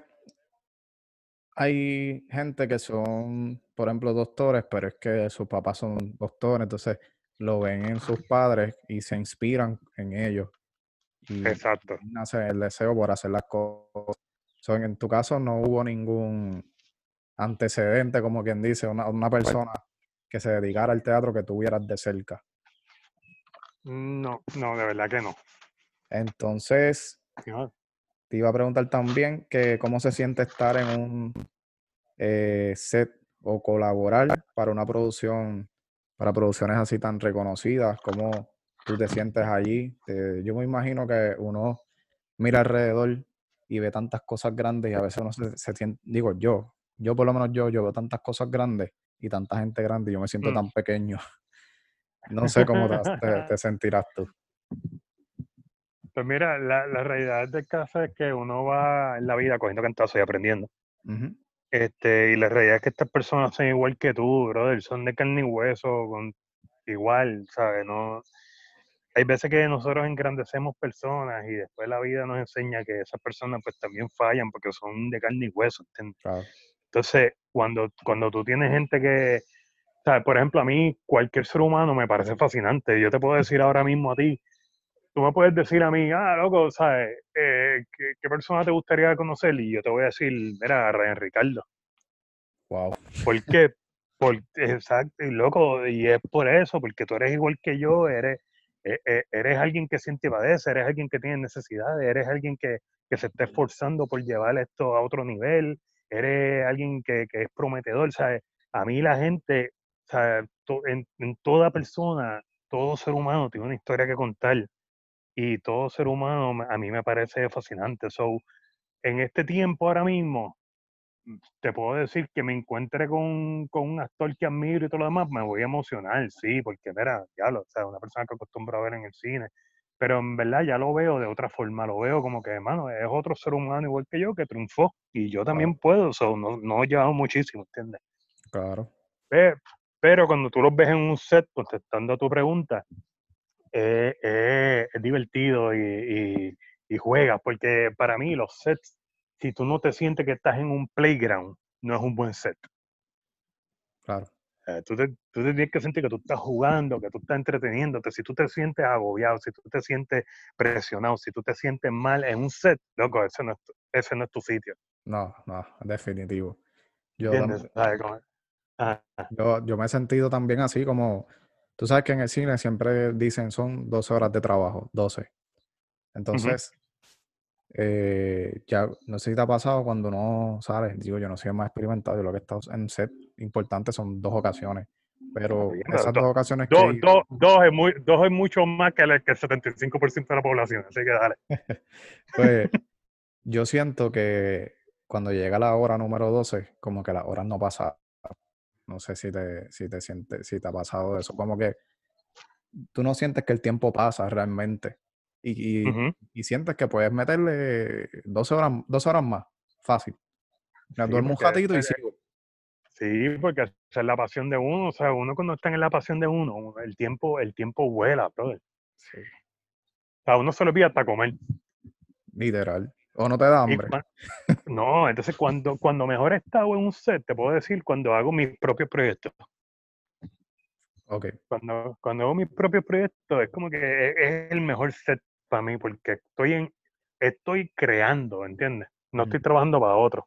hay gente que son, por ejemplo, doctores, pero es que sus papás son doctores, entonces lo ven en sus padres y se inspiran en ellos. Y Exacto. nace el deseo por hacer las cosas. So, en tu caso no hubo ningún antecedente, como quien dice, una, una persona que se dedicara al teatro que tuvieras de cerca. No, no, de verdad que no. Entonces, No. te iba a preguntar también que cómo se siente estar en un eh, set o colaborar para una producción, para producciones así tan reconocidas, cómo tú te sientes allí. Te- yo me imagino que uno mira alrededor y ve tantas cosas grandes y a veces uno se, se siente, digo yo, yo por lo menos yo, yo veo tantas cosas grandes y tanta gente grande y yo me siento Mm. tan pequeño. No sé cómo te, te- te sentirás tú. Pues mira, la, la realidad del caso es que uno va en la vida cogiendo cantazos y aprendiendo. Ujú. Este, y la realidad es que estas personas son igual que tú, brother, son de carne y hueso, con, igual, ¿sabes? No, hay veces que nosotros engrandecemos personas y después la vida nos enseña que esas personas pues también fallan porque son de carne y hueso, ¿entiendes? Claro. Entonces, cuando, cuando tú tienes gente que, ¿sabes? Por ejemplo, a mí cualquier ser humano me parece fascinante. Yo te puedo decir ahora mismo a ti, tú me puedes decir a mí, ah, loco, ¿sabes? Eh, ¿qué, qué persona te gustaría conocer? Y yo te voy a decir, mira, Ryan Ricardo. Wow. ¿Por qué? Por, exacto, y loco, y es por eso, porque tú eres igual que yo, eres, e- e- eres alguien que siente y padece, eres alguien que tiene necesidades, eres alguien que, que se está esforzando por llevar esto a otro nivel, eres alguien que, que es prometedor, ¿sabes? A mí la gente, ¿sabes? To- en, en toda persona, todo ser humano tiene una historia que contar, y todo ser humano me- a mí me parece fascinante. So, en este tiempo ahora mismo, te puedo decir que me encuentre con, con un actor que admiro y todo lo demás, me voy a emocionar, sí, porque mira, ya lo, o sea, una persona que acostumbro a ver en el cine, pero en verdad ya lo veo de otra forma, lo veo como que, hermano, es otro ser humano igual que yo que triunfó y yo también Claro, puedo, so, no, no he llevado muchísimo, ¿entiendes? claro, Pe- Pero, cuando tú los ves en un set, contestando a tu pregunta, eh, eh, es divertido y, y, y juegas, porque para mí los sets, si tú no te sientes que estás en un playground, no es un buen set. claro. Eh, tú, te, tú te tienes que sentir que tú estás jugando, que tú estás entreteniéndote. Si tú te sientes agobiado, si tú te sientes presionado, si tú te sientes mal en un set, loco, ese no es tu, ese no es tu sitio. No, no, definitivo. Yo, ¿Entiendes? tam- ¿Sabes? Como- ah, yo, yo me he sentido también así como, tú sabes que en el cine siempre dicen son doce horas de trabajo, doce. ujú. Entonces, eh, ya no sé si te ha pasado cuando no sales, digo, yo no soy el más experimentado, yo lo que he estado en set importante son dos ocasiones, Está pero bien, pero esas do- dos ocasiones que he do- ido, do- dos, es muy, dos es mucho más que el, que el setenta y cinco por ciento de la población, así que dale. pues yo siento que cuando llega la hora número doce como que las horas no pasan. No sé si te, si te sientes, si te ha pasado eso. Como que tú no sientes que el tiempo pasa realmente. Y, y, Ujú. y sientes que puedes meterle doce horas, doce horas más. Fácil. Me Sí, duermo un porque, ratito eh, y eh, sigo. sí, porque esa es la pasión de uno, o sea, uno cuando está en la pasión de uno, el tiempo, el tiempo vuela, brother. Sí. O sea, uno se lo olvida hasta comer. Literal. O no te da Y hambre. cua- no, entonces cuando, cuando mejor he estado en un set, te puedo decir cuando hago mis propios proyectos. Ok. Cuando, cuando hago mis propios proyectos es como que es, es el mejor set para mí porque estoy en, estoy creando, ¿entiendes? No Ujú. estoy trabajando para otro.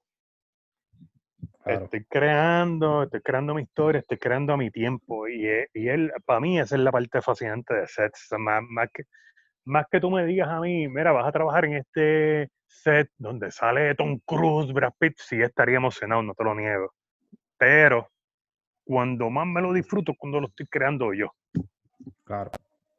Claro. Estoy creando, estoy creando mi historia, estoy creando a mi tiempo y, es- y él, para mí esa es la parte fascinante de sets. Más, más que, más que tú me digas a mí, mira, vas a trabajar en este set donde sale Tom Cruise, Brad Pitt, sí estaría emocionado, no te lo niego. Pero cuando más me lo disfruto es cuando lo estoy creando yo. Claro.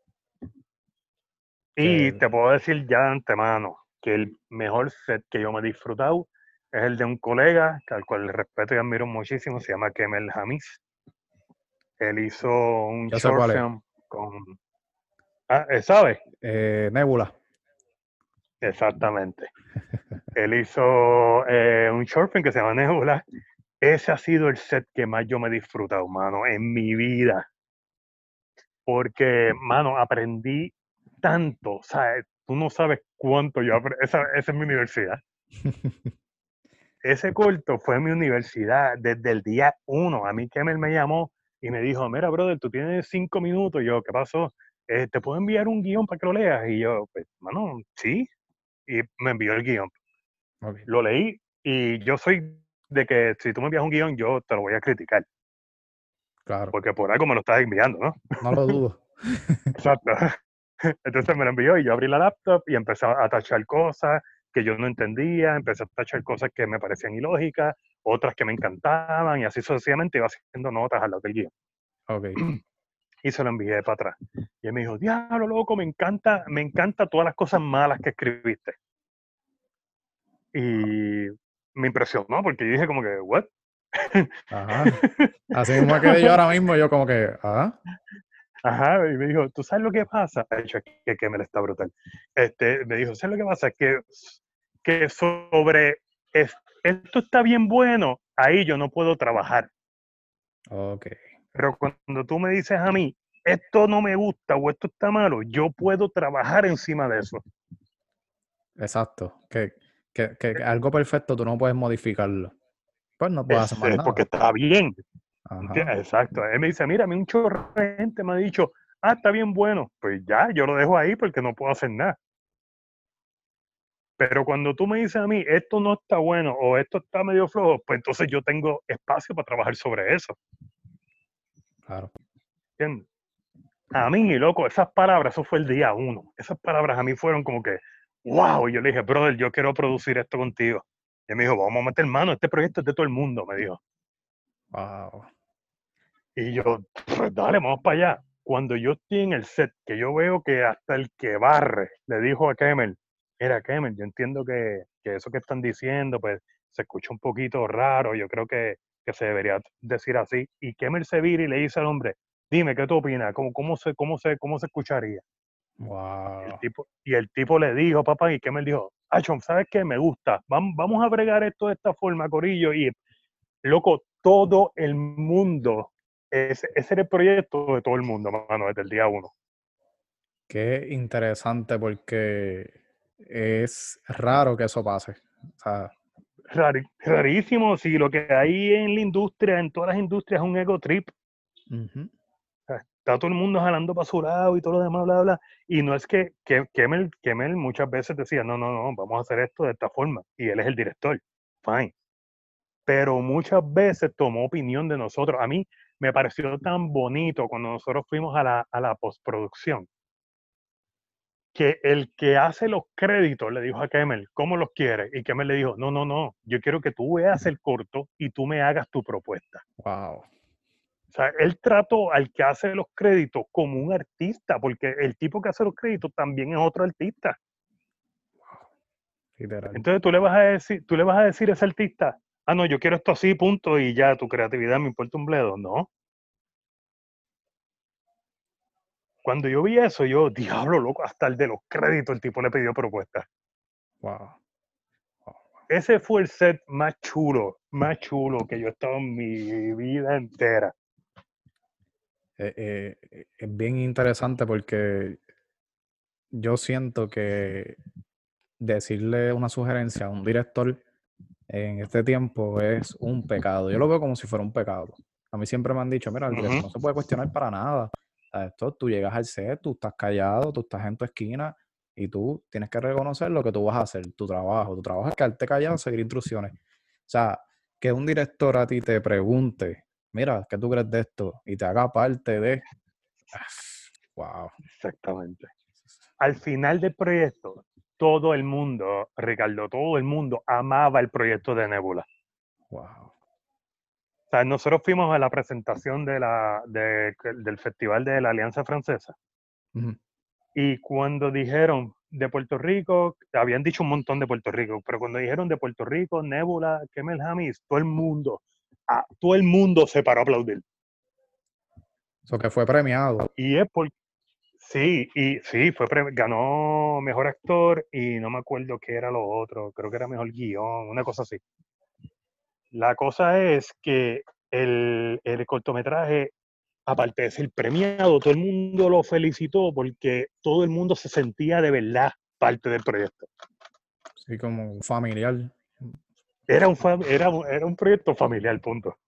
Y Que te puedo decir ya de antemano que el mejor set que yo me he disfrutado es el de un colega, al cual le respeto y admiro muchísimo, se llama Kemel Hamis. Él hizo un yo sé short cuál es. film con... Ah, eh, ¿sabes? Eh, Nebula. Exactamente. Él hizo eh, un short film que se llama Nebula. Ese ha sido el set que más yo me he disfrutado, mano, en mi vida. Porque, mano, aprendí tanto. ¿Sabes? Tú no sabes cuánto yo aprendí. Esa, esa es mi universidad. Ese corto fue en mi universidad desde el día uno. A mí Kemel me llamó y me dijo, mira, brother, tú tienes cinco minutos. Y yo, ¿qué pasó? Eh, ¿te puedo enviar un guión para que lo leas? Y yo, pues, mano, sí. Y me envió el guión. Ok. Lo leí y yo soy de que si tú me envías un guión, yo te lo voy a criticar. Claro. Porque por algo me lo estás enviando, ¿no? No lo dudo. Exacto. Entonces me lo envió y yo abrí la laptop y empecé a tachar cosas que yo no entendía, empecé a tachar cosas que me parecían ilógicas, otras que me encantaban y así sucesivamente iba haciendo notas al lado del guión. Ok. Y se lo envié para atrás. Y él me dijo, diablo, loco, me encanta, me encanta todas las cosas malas que escribiste. Y me impresionó porque yo dije como que, ¿what? Ajá. Así mismo quedé yo ahora mismo, yo como que, ah, Ajá, y me dijo, ¿tú sabes lo que pasa? De hecho, que, que me está brutal. Este, me dijo, ¿sabes lo que pasa? Que, que sobre es, esto está bien bueno, ahí yo no puedo trabajar. ok. Pero cuando tú me dices a mí, esto no me gusta o esto está malo, yo puedo trabajar encima de eso. Exacto. Que, que, que, que algo perfecto tú no puedes modificarlo. Pues no puedes hacer Es, más es porque nada. está bien. Ajá, ¿Entiendes? Exacto. Él me dice, mira, a mí un chorro de gente me ha dicho, ah, está bien bueno. Pues ya, yo lo dejo ahí porque no puedo hacer nada. Pero cuando tú me dices a mí, esto no está bueno o esto está medio flojo, pues entonces yo tengo espacio para trabajar sobre eso. claro. ¿Entiendes? A mí, loco, esas palabras, eso fue el día uno. Esas palabras a mí fueron como que, wow. Y yo le dije, brother, yo quiero producir esto contigo. Y él me dijo, vamos a meter mano, este proyecto es de todo el mundo, me dijo. Wow. Y yo, pues dale, vamos para allá. Cuando yo estoy en el set, que yo veo que hasta el que barre le dijo a Kemel, mira, Kemel, yo entiendo que, que eso que están diciendo, pues se escucha un poquito raro, yo creo que, que se debería decir así. Y Kemel se vira y le dice al hombre, dime, ¿qué tú opinas? ¿Cómo, cómo, se, cómo, se, ¿Cómo se escucharía? El Wow. tipo, y el tipo le dijo, papá, y Kemel dijo, Achon, ¿sabes qué? Me gusta, vamos, vamos a bregar esto de esta forma, Corillo, y loco, todo el mundo, ese, ese era el proyecto de todo el mundo, mano, desde el día uno. Qué interesante porque es raro que eso pase. O sea, Rari, rarísimo, si lo que hay en la industria, en todas las industrias, es un ego trip. ujú, O sea, está todo el mundo jalando para su lado y todo lo demás, bla, bla. Y no es que, que Kemel, Kemel muchas veces decía, no, no, no, vamos a hacer esto de esta forma. Y él es el director. Fine. Pero muchas veces tomó opinión de nosotros. A mí me pareció tan bonito cuando nosotros fuimos a la, a la postproducción, que el que hace los créditos le dijo a Kemel, ¿cómo los quiere? Y Kemel le dijo, no, no, no, yo quiero que tú veas el corto y tú me hagas tu propuesta. wow. O sea, él trató al que hace los créditos como un artista, porque el tipo que hace los créditos también es otro artista. Literal. Entonces tú le vas a decir, tú le vas a decir a ese artista, ah, no, yo quiero esto así, punto, y ya tu creatividad me importa un bledo. No. Cuando yo vi eso, yo, diablo, loco, hasta el de los créditos el tipo le pidió propuestas. Wow. Wow. Ese fue el set más chulo, más chulo que yo he estado en mi vida entera. Eh, eh, es bien interesante porque yo siento que decirle una sugerencia a un director en este tiempo es un pecado. Yo lo veo como si fuera un pecado. A mí siempre me han dicho, mira, el director no Uh-huh. se puede cuestionar para nada. O sea, esto, tú llegas al set, tú estás callado, tú estás en tu esquina y tú tienes que reconocer lo que tú vas a hacer, tu trabajo. Tu trabajo es quedarte callado, seguir instrucciones. O sea, que un director a ti te pregunte, mira, ¿qué tú crees de esto? Y te haga parte de... Wow. Exactamente. Al final del proyecto, todo el mundo, Ricardo, todo el mundo amaba el proyecto de Nebula. Wow. O sea, nosotros fuimos a la presentación de la, de, del Festival de la Alianza Francesa. Uh-huh. Y cuando dijeron de Puerto Rico, habían dicho un montón de Puerto Rico, pero cuando dijeron de Puerto Rico, Nebula, Kemel Hamis, todo el mundo, ah, todo el mundo se paró a aplaudir. Eso que fue premiado. Y es por, sí, y sí, fue pre, ganó mejor actor y no me acuerdo qué era lo otro, creo que era mejor guión, una cosa así. La cosa es que el, el cortometraje, aparte de ser premiado, todo el mundo lo felicitó porque todo el mundo se sentía de verdad parte del proyecto. Sí, como un familiar. Era un, era, era un proyecto familiar, punto.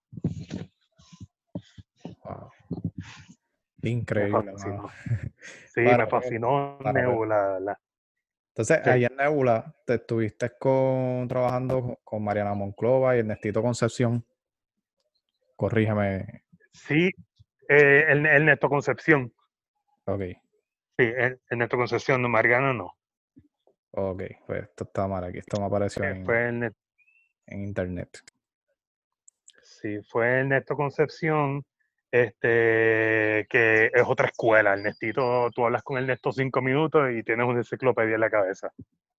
Wow. Me Increíble, mano. fascinó. Sí, Para me ver, fascinó para ver. Nebula. La, Entonces, ¿qué? ahí en Nebula, te estuviste con, trabajando con- con Mariana Monclova y Ernestito Concepción. Corrígeme. Sí, eh, el, el Neto Concepción. Ok, Sí, el, el Neto Concepción, no, Mariana no. ok. Pues esto está mal aquí. Esto me apareció Eh, en, fue el Net, en internet. sí, fue el Neto Concepción, este, que es otra escuela. El Nestito, tú hablas con el Neto cinco minutos y tienes una enciclopedia en la cabeza.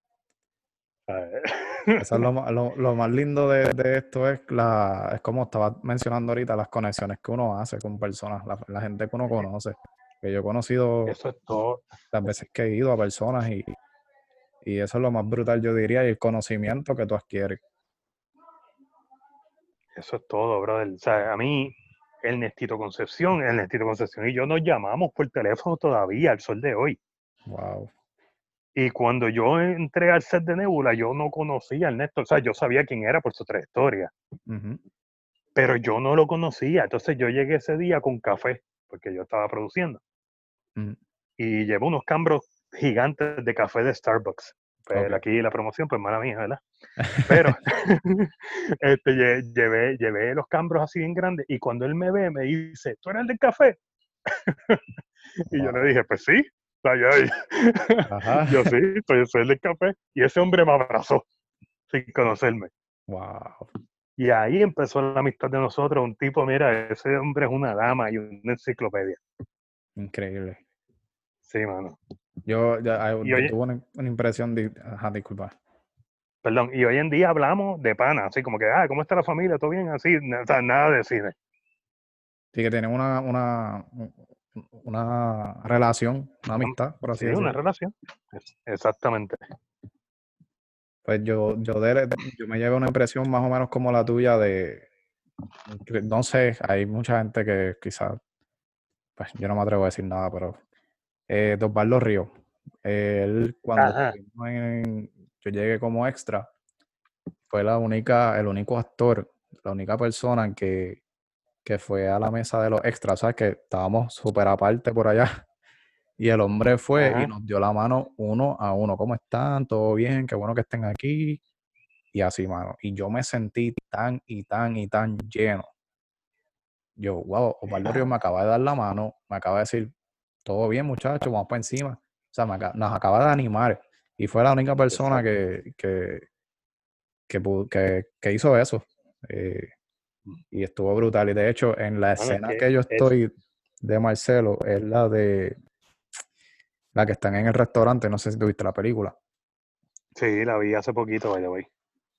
Eso es lo, ma- lo- lo más lindo de, de esto es la, es como estaba mencionando ahorita, las conexiones que uno hace con personas, la, la gente que uno conoce. Que yo he conocido Eso es todo. las veces que he ido a personas y, y eso es lo más brutal, yo diría, y el conocimiento que tú adquieres. Eso es todo, brother. O sea, a mí, el Nestito Concepción, el Nestito Concepción y yo nos llamamos por teléfono todavía al sol de hoy. Wow. Y cuando yo entré al set de Nebula, yo no conocía a Ernesto, o sea, yo sabía quién era por su trayectoria, Ujú. pero yo no lo conocía. Entonces yo llegué ese día con café, porque yo estaba produciendo, Ujú. y llevé unos cambros gigantes de café de Starbucks. Pues Ok. aquí la promoción, pues mala mía, ¿verdad? Pero este, lle- llevé, llevé los cambros así bien grandes, y cuando él me ve, me dice, ¿tú eres el del café? Y yo le Wow. dije, pues sí. O sea, yo, Ajá. yo sí, soy, soy el del café. Y ese hombre me abrazó sin conocerme. Wow. Y ahí empezó la amistad de nosotros. Un tipo, mira, ese hombre es una dama y una enciclopedia. Increíble. Sí, mano. Yo, ya, ah, Y yo hoy, tuve una, una impresión de... Ajá, disculpa. perdón, y hoy en día hablamos de pana, así como que, ah, ¿cómo está la familia? ¿Todo bien? Así, o sea, nada de cine. Sí, que tienen una, una, una relación, una Una- amistad, por así sí, una decirlo. relación. Es- exactamente. Pues yo, yo, de, yo me llevo una impresión más o menos como la tuya de, que no sé, hay mucha gente que quizás, pues yo no me atrevo a decir nada, pero eh, de Osvaldo Ríos, él cuando Ajá. estuvimos en, yo llegué como extra, fue la única, el único actor, la única persona que, que fue a la mesa de los extras, ¿sabes? Que estábamos súper aparte por allá. Y el hombre fue y Ajá. nos dio la mano uno a uno. ¿Cómo están? ¿Todo bien? Qué bueno que estén aquí. Y así, mano. Y yo me sentí tan y tan y tan lleno. Yo, wow, Osvaldo Ríos me acaba de dar la mano, me acaba de decir, todo bien, muchachos, vamos para encima. O sea, me aca- nos acaba de animar. Y fue la única persona Exacto. que, que, que, pu- que- que hizo eso. Eh, y estuvo brutal. Y de hecho, en la Mano, es escena que que yo es, estoy de Marcelo, es la de la que están en el restaurante. No sé si tuviste la película. sí, la vi hace poquito, by the way.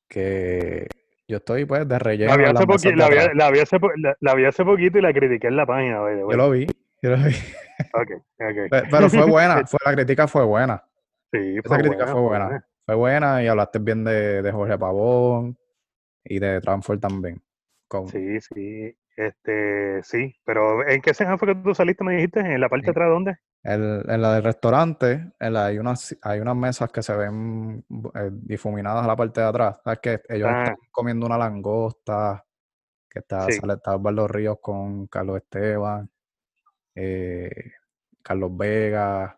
Que yo estoy pues de La vi relleno en las hace mesas poquito, de la vi, atrás. la vi hace, po- la, la vi hace poquito y la critiqué en la página, by the Yo way. lo vi, yo lo vi. Ok, ok. Pe- Pero fue buena, fue, la crítica fue buena. Sí, Esa fue crítica buena, fue fue buena. buena. Fue buena y hablaste bien de, de Jorge Pavón y de Transfor también. Con, Sí, sí, este, sí. Pero ¿en qué escena fue que tú saliste, me dijiste? ¿En la parte de en, atrás dónde? el- en la del restaurante, en la, hay, unas, hay unas mesas que se ven eh, difuminadas a la parte de atrás. ¿Sabes que ellos están Ah, comiendo una langosta, que está, sí. sale, está Osvaldo Ríos con Carlos Esteban, eh, Carlos Vega,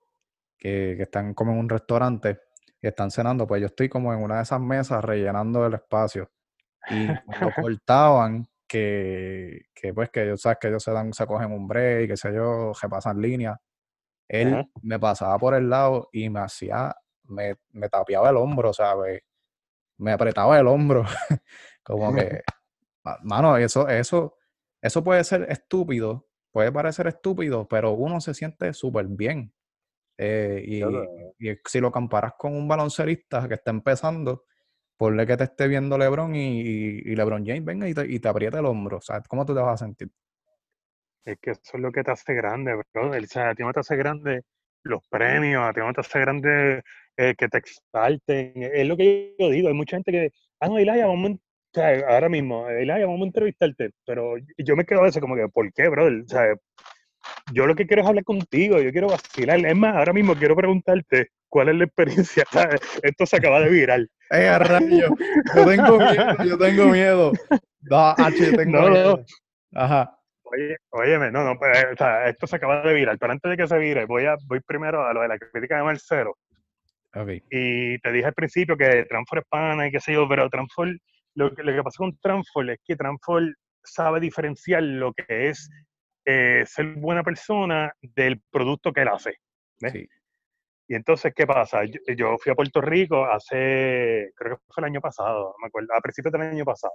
que, que están como en un restaurante y están cenando, pues yo estoy como en una de esas mesas rellenando el espacio. Y cuando cortaban, que, que pues que ellos, sabes que ellos se dan, se cogen un break, qué sé yo, se pasan línea, él Ajá. me pasaba por el lado y me hacía, me, me tapiaba el hombro, ¿sabes? Me apretaba el hombro, como que, ma- mano, eso, eso, eso puede ser estúpido, puede parecer estúpido, pero uno se siente súper bien. Eh, Yo y, lo- y si lo comparas con un baloncelista que está empezando, ponle que te esté viendo LeBron y, y, y LeBron James venga y te, y te aprieta el hombro. O sea, ¿cómo tú te vas a sentir? Es que eso es lo que te hace grande, brother. O sea, a ti no te hace grande los premios, a ti no te hace grande eh, que te exalten. Es lo que yo digo. Hay mucha gente que, ah, no, Ilaya, vamos, a- o sea, ahora mismo, Ilaya, vamos a entrevistarte. Pero yo me quedo a veces como que, ¿por qué, brother? O sea, yo lo que quiero es hablar contigo, yo quiero vacilar. Es más, ahora mismo quiero preguntarte cuál es la experiencia. ¿Sabes? Esto se acaba de virar. ¡Eh, a rayo! Yo tengo miedo, yo tengo miedo. No, H, yo tengo No, no. miedo. Ajá. Oye, óyeme, no, no, pues, o sea, esto se acaba de virar, pero antes de que se vire, voy, a, voy primero a lo de la crítica de Marcelo. Ok. Y te dije al principio que Transfor es pana y qué sé yo, pero Transfor, lo que, lo que pasa con Transfor es que Transfor sabe diferenciar lo que es eh, ser buena persona del producto que él hace. ¿Ves? Sí. Y entonces, ¿qué pasa? Yo, yo fui a Puerto Rico hace, creo que fue el año pasado, no me acuerdo, a principios del año pasado.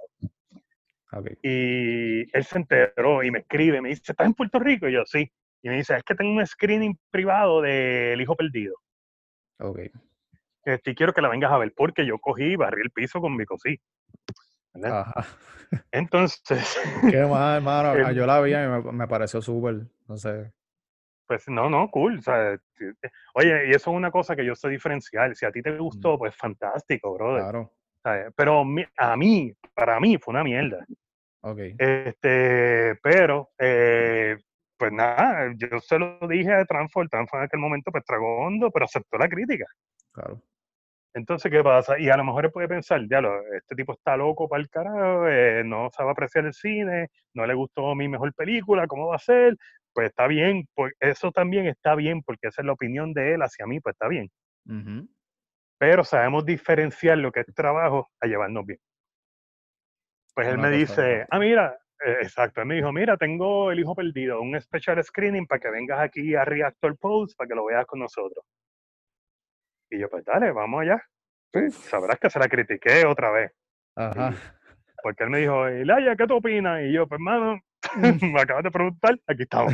Ok. Y él se enteró y me escribe, me dice, ¿estás en Puerto Rico? Y yo, sí. Y me dice, es que tengo un screening privado de El Hijo Perdido. Ok. Este, y quiero que la vengas a ver, porque yo cogí y barrí el piso con mi cosí. ¿Verdad? Ajá. Entonces, Qué mal, hermano. Ah, él, yo la vi y me, me pareció súper, no sé. pues no, no, cool. O sea, oye, y eso es una cosa que yo sé diferenciar. Si a ti te Mm, gustó, pues fantástico, brother. claro. ¿Sabes? Pero mi- a mí, para mí, fue una mierda. Ok. Este, pero, eh, pues nada, yo se lo dije a Transfor, Transfor en aquel momento pues tragó hondo, pero aceptó la crítica. Claro. Entonces, ¿qué pasa? Y a lo mejor él puede pensar, ya, lo, este tipo está loco para el carajo, eh, no sabe apreciar el cine, no le gustó mi mejor película, ¿cómo va a ser? Pues está bien, pues eso también está bien, porque esa es la opinión de él hacia mí, pues está bien. Uh-huh. Pero sabemos diferenciar lo que es trabajo a llevarnos bien. Pues él Una me cosa de dice, otra. ah, mira, eh, exacto, él me dijo, mira, tengo El Hijo Perdido, un special screening para que vengas aquí a Reactor Post para que lo veas con nosotros. Y yo, pues dale, vamos allá. Sí, sabrás que se la critiqué otra vez. Ajá. Y, porque él me dijo, Elaya, ¿qué tú opinas? Y yo, pues hermano, me acabas de preguntar, aquí estamos.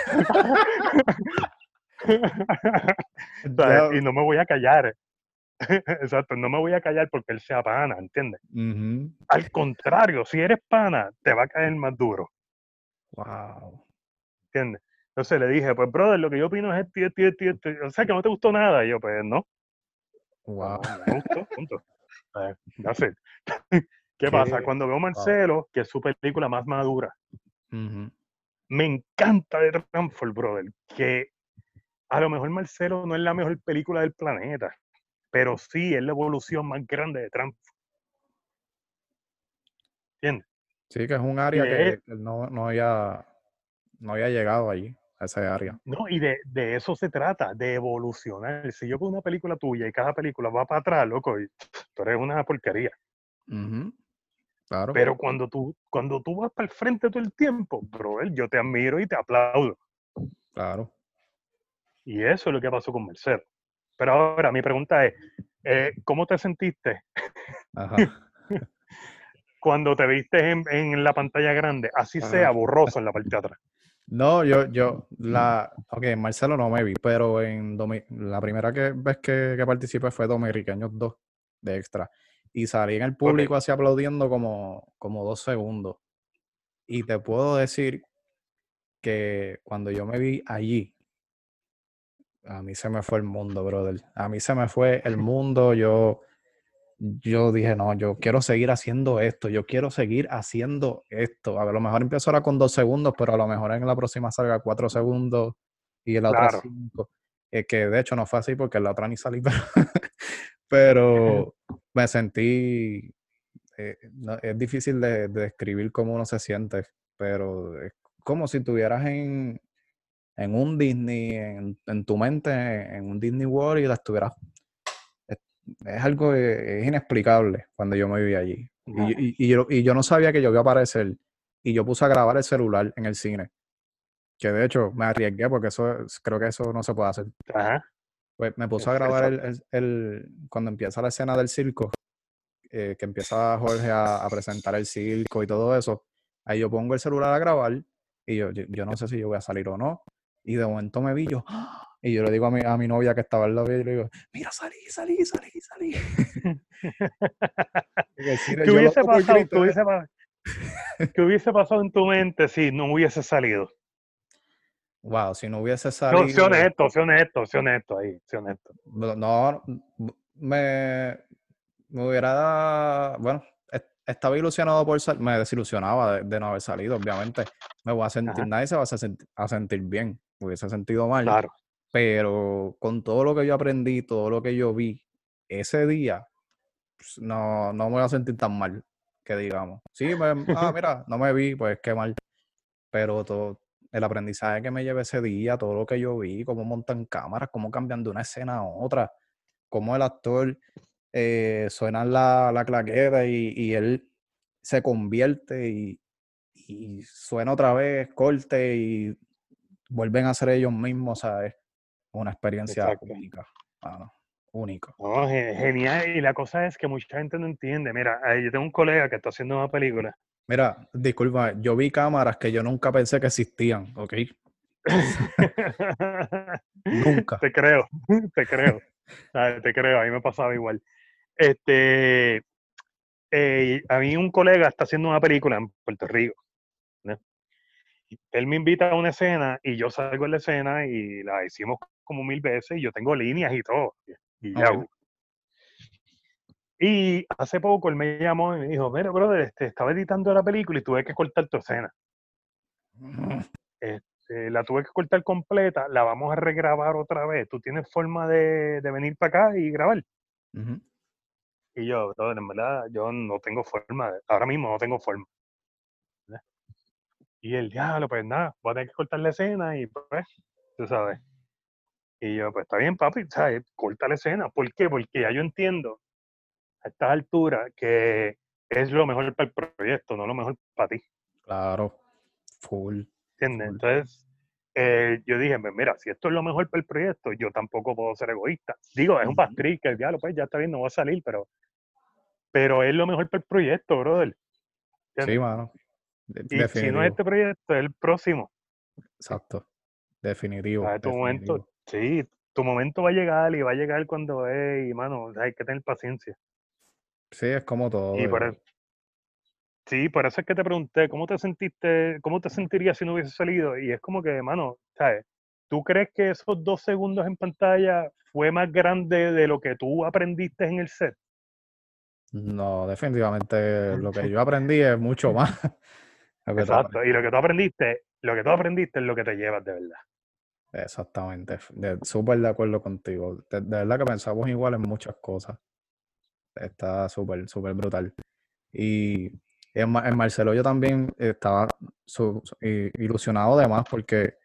Ya. Y no me voy a callar. Exacto, no me voy a callar porque él sea pana, ¿entiendes? Uh-huh. Al contrario, si eres pana, te va a caer más duro, Wow. ¿entiendes? Entonces le dije, pues brother, lo que yo opino es esto y esto y esto y esto. O sea, que no te gustó nada. Y yo, pues no, pues Wow. no, no me gustó, punto. Eh, that's it. ¿Qué pasa? ¿Qué? Cuando veo Wow. Marcelo, que es su película más madura, Uh-huh. me encanta de Transform, brother, que a lo mejor Marcelo no es la mejor película del planeta, pero sí es la evolución más grande de Transform, ¿entiendes? Sí, que es un Y área de, que que no, no había, no había llegado allí, a ese área. no, y de, de eso se trata, de evolucionar. Si yo veo una película tuya y cada película va para atrás, loco, y tú eres una porquería. Uh-huh. Claro. Pero cuando tú, cuando tú vas para el frente todo el tiempo, brother, yo te admiro y te aplaudo. Claro. Y eso es lo que pasó con Marcelo. Pero ahora mi pregunta es, eh, ¿cómo te sentiste Ajá. cuando te viste en, en la pantalla grande, así sea Ajá. borroso en la parte de atrás? No, yo, yo, la, ok, en Marcelo no me vi, pero en Domi- la primera que, vez que, que participé fue Dominicanos dos de extra. Y salí en el Ok, público así aplaudiendo como, como dos segundos. Y te puedo decir que cuando yo me vi allí, a mí se me fue el mundo, brother. A mí se me fue el mundo. Yo, yo dije, no, yo quiero seguir haciendo esto. Yo quiero seguir haciendo esto. A lo mejor empiezo ahora con dos segundos, pero a lo mejor en la próxima salga cuatro segundos y en la otra claro. cinco. Eh, que de hecho no fue así porque en la otra ni salí, pero, pero me sentí. Eh, no- es difícil de, de describir cómo uno se siente, pero es como si estuvieras en, en un Disney, en, en tu mente, en un Disney World y la estuvieras. Es, es algo eh, es inexplicable cuando yo me vi allí. Y, y, y yo, y yo no sabía que yo iba a aparecer. Y yo puse a grabar el celular en el cine. Que de hecho me arriesgué porque eso es- creo que eso no se puede hacer. Ajá, Pues me puse a es- grabar el, exacto. el- el- cuando empieza la escena del circo, eh, que empieza Jorge a, a presentar el circo y todo eso. Ahí yo pongo el celular a grabar y yo, yo, yo no sé si yo voy a salir o no. Y de momento me vi yo, ¡ah! Y yo le digo a mi, a mi novia que estaba al lado y le digo, mira, salí, salí, salí, salí. En el cine, ¿Qué yo hubiese loco por pasado? ¿Qué gritar. hubiese, pa- qué hubiese pasado en tu mente si no hubiese salido? Wow, si no hubiese No, sé salido, honesto, sé honesto, sé honesto ahí, sé honesto. no, me, me hubiera, bueno, est- estaba ilusionado por salir, me desilusionaba de, de no haber salido, obviamente. Me voy a sentir, Ajá, nadie se va a, sent- a sentir bien, me hubiese sentido mal, claro. pero con todo lo que yo aprendí, todo lo que yo vi ese día, pues, no, no me voy a sentir tan mal, que digamos. Sí, me- ah, mira, no me vi, pues qué mal, pero todo el aprendizaje que me llevé ese día, todo lo que yo vi, cómo montan cámaras, cómo cambian de una escena a otra, cómo el actor eh, suena la, la claqueta y, y él se convierte y, y suena otra vez, corte y vuelven a ser ellos mismos, ¿sabes? Una experiencia Exacto. única, mano, única. No, ge- genial. Y la cosa es que mucha gente no entiende. Mira, ahí yo tengo un colega que está haciendo una película. Mira, disculpa, yo vi cámaras que yo nunca pensé que existían, ¿ok? Nunca. Te creo, te creo. Ah, te creo, a mí me pasaba igual. Este, eh, a mí un colega está haciendo una película en Puerto Rico, ¿no? Él me invita a una escena y yo salgo en la escena y la hicimos como mil veces y yo tengo líneas y todo. Y ya. Ok. Y hace poco él me llamó y me dijo, mira, brother, este, estaba editando la película y tuve que cortar tu escena. Eh, eh, la tuve que cortar completa, la vamos a regrabar otra vez. ¿Tú tienes forma de, de venir para acá y grabar? Ujú. Y yo, brother, en verdad, yo no tengo forma, ahora mismo no tengo forma. ¿verdad? Y el diablo, pues nada, voy a tener que cortar la escena y pues, tú sabes. Y yo, pues está bien, papi, ¿sabes? Corta la escena. ¿Por qué? Porque ya yo entiendo a estas alturas que es lo mejor para el proyecto, no lo mejor para ti. Claro, full, ¿Entiendes? full. Entonces, eh, yo dije, pues mira, si esto es lo mejor para el proyecto, yo tampoco puedo ser egoísta. Digo, es un Ujú. pastriz que el diablo, pues ya está bien, no va a salir, pero, pero es lo mejor para el proyecto, brother. Sí, ¿Entiendes? mano. De- Y si no es definitivo. este proyecto, es el próximo. Exacto. Definitivo, ¿Sabes? Tu momento, definitivo. sí, tu momento va a llegar y va a llegar cuando es, y mano, hay que tener paciencia. Sí, es como Y todo. por, Yo, e- sí, por eso es que te pregunté, ¿cómo te sentiste, cómo te sentirías si no hubiese salido? Y es como que, mano, ¿sabes? ¿Tú crees que esos dos segundos en pantalla fue más grande de lo que tú aprendiste en el set? no, definitivamente lo que yo aprendí es mucho más lo que tú Exacto, y lo aprendiste. que tú aprendiste, lo que tú aprendiste es lo que te llevas de verdad. Exactamente. De- súper de acuerdo contigo. De, de verdad que pensamos igual en muchas cosas. Está súper, súper brutal. Y en, Ma- en Marcelo yo también estaba su- su- i- ilusionado de más porque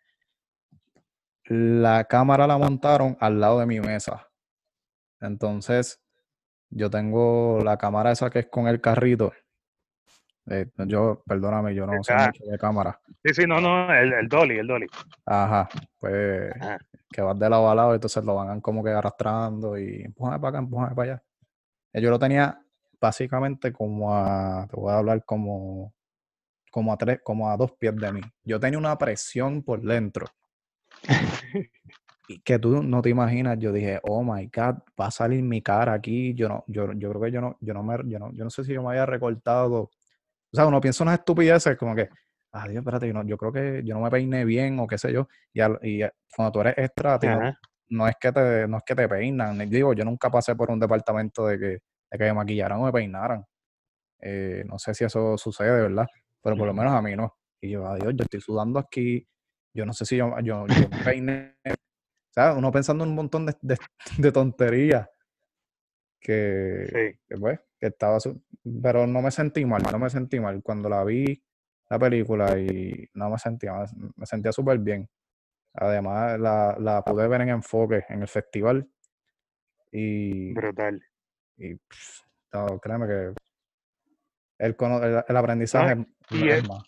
la cámara la montaron al lado de mi mesa. Entonces, yo tengo la cámara esa que es con el carrito. Eh, yo, perdóname, yo no sé Ah, mucho de cámara. sí, sí, no, no, el, el dolly, el dolly. Ajá, pues Ajá. que vas de lado a lado, entonces lo van como que arrastrando y empújame para acá, empújame para allá. Eh, Yo lo tenía básicamente como a, te voy a hablar como, como a tres, como a dos pies de mí. Yo tenía una presión por dentro y que tú no te imaginas. Yo dije, oh my God, va a salir mi cara aquí. Yo no, yo, yo creo que yo no, yo no me, yo no, yo no sé si yo me había recortado. O sea, uno piensa unas estupideces como que, ah, Dios, espérate, yo, no, yo creo que yo no me peiné bien o qué sé yo. Y, al- y eh, cuando tú eres extra, a ti no, Ajá. no es que te, no es que te peinan. Ni- Digo, yo nunca pasé por un departamento de que, de que me maquillaran o me peinaran. Eh, no sé si eso sucede, ¿verdad? Pero por lo menos a mí no. Y yo, adiós, yo estoy sudando aquí. Yo no sé si yo, yo, yo me peiné. ¿Sabes? Uno pensando en un montón de, de, de tonterías que, Sí, que, pues, que estaba, su- pero no me sentí mal, no me sentí mal cuando la vi la película y no me sentía mal, me sentía súper bien. Además, la, la pude ver en enfoque en el festival y, brutal. y pff, no, créeme que el, cono- el, el No, aprendizaje es, y es es, más.